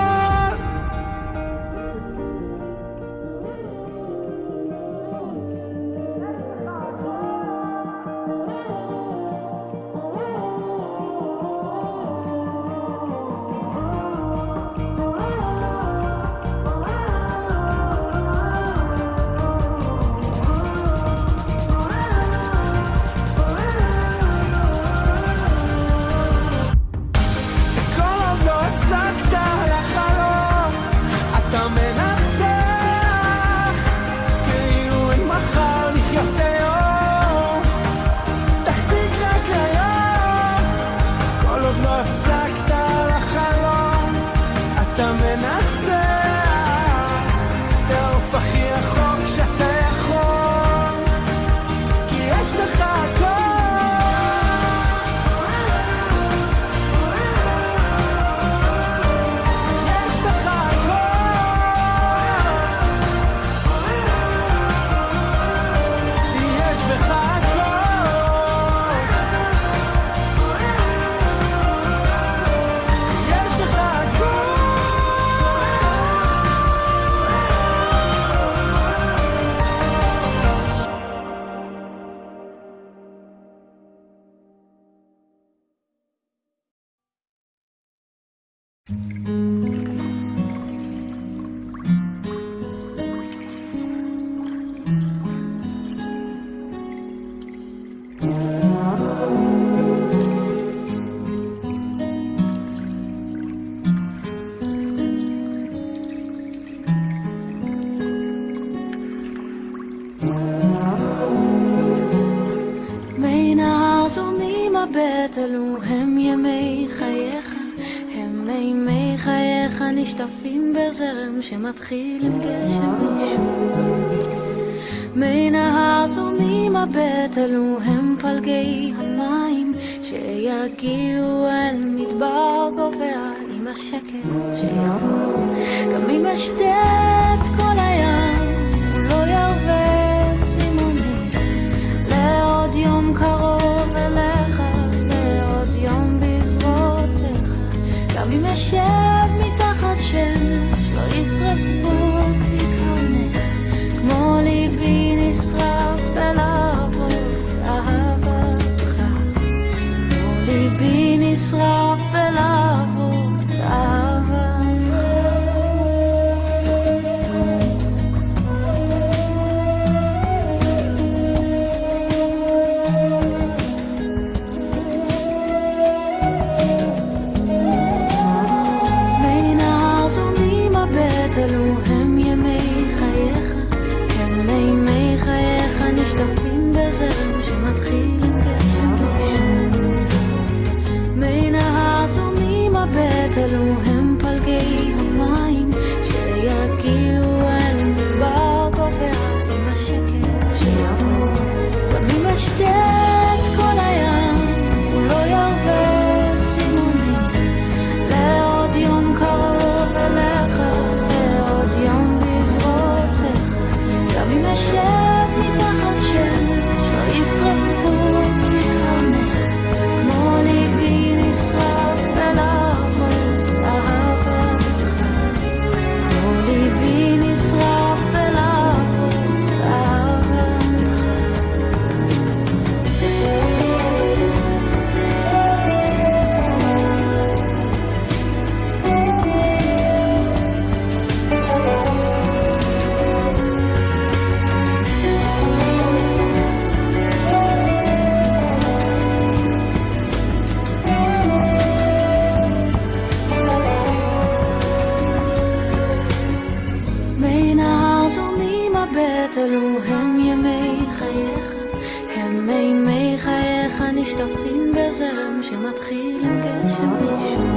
אלו הם ימי חייך, הם ימי חייך נשטפים בזרם שמתחיל עם גשם ראשון. מי נהר זורמים מבט, אלו הם פלגי המים שיגיעו אל מדבר גובע עם השקט שיבוא. גם אם אשתת כל הים לא ירווה צימוני לעוד יום קרוב אליך, יום בזרועותיך. גם אם אשב מתחת שמש לא ישרפו אותי כרמל, כמו ליבי נשרף בלהבות אהבתך, כמו ליבי נשרף בלהבות אהבתך. הבט אלו הם ימי חייך, הם מימי חייך נשטפים בזרם שמתחיל עם גשם ראשון.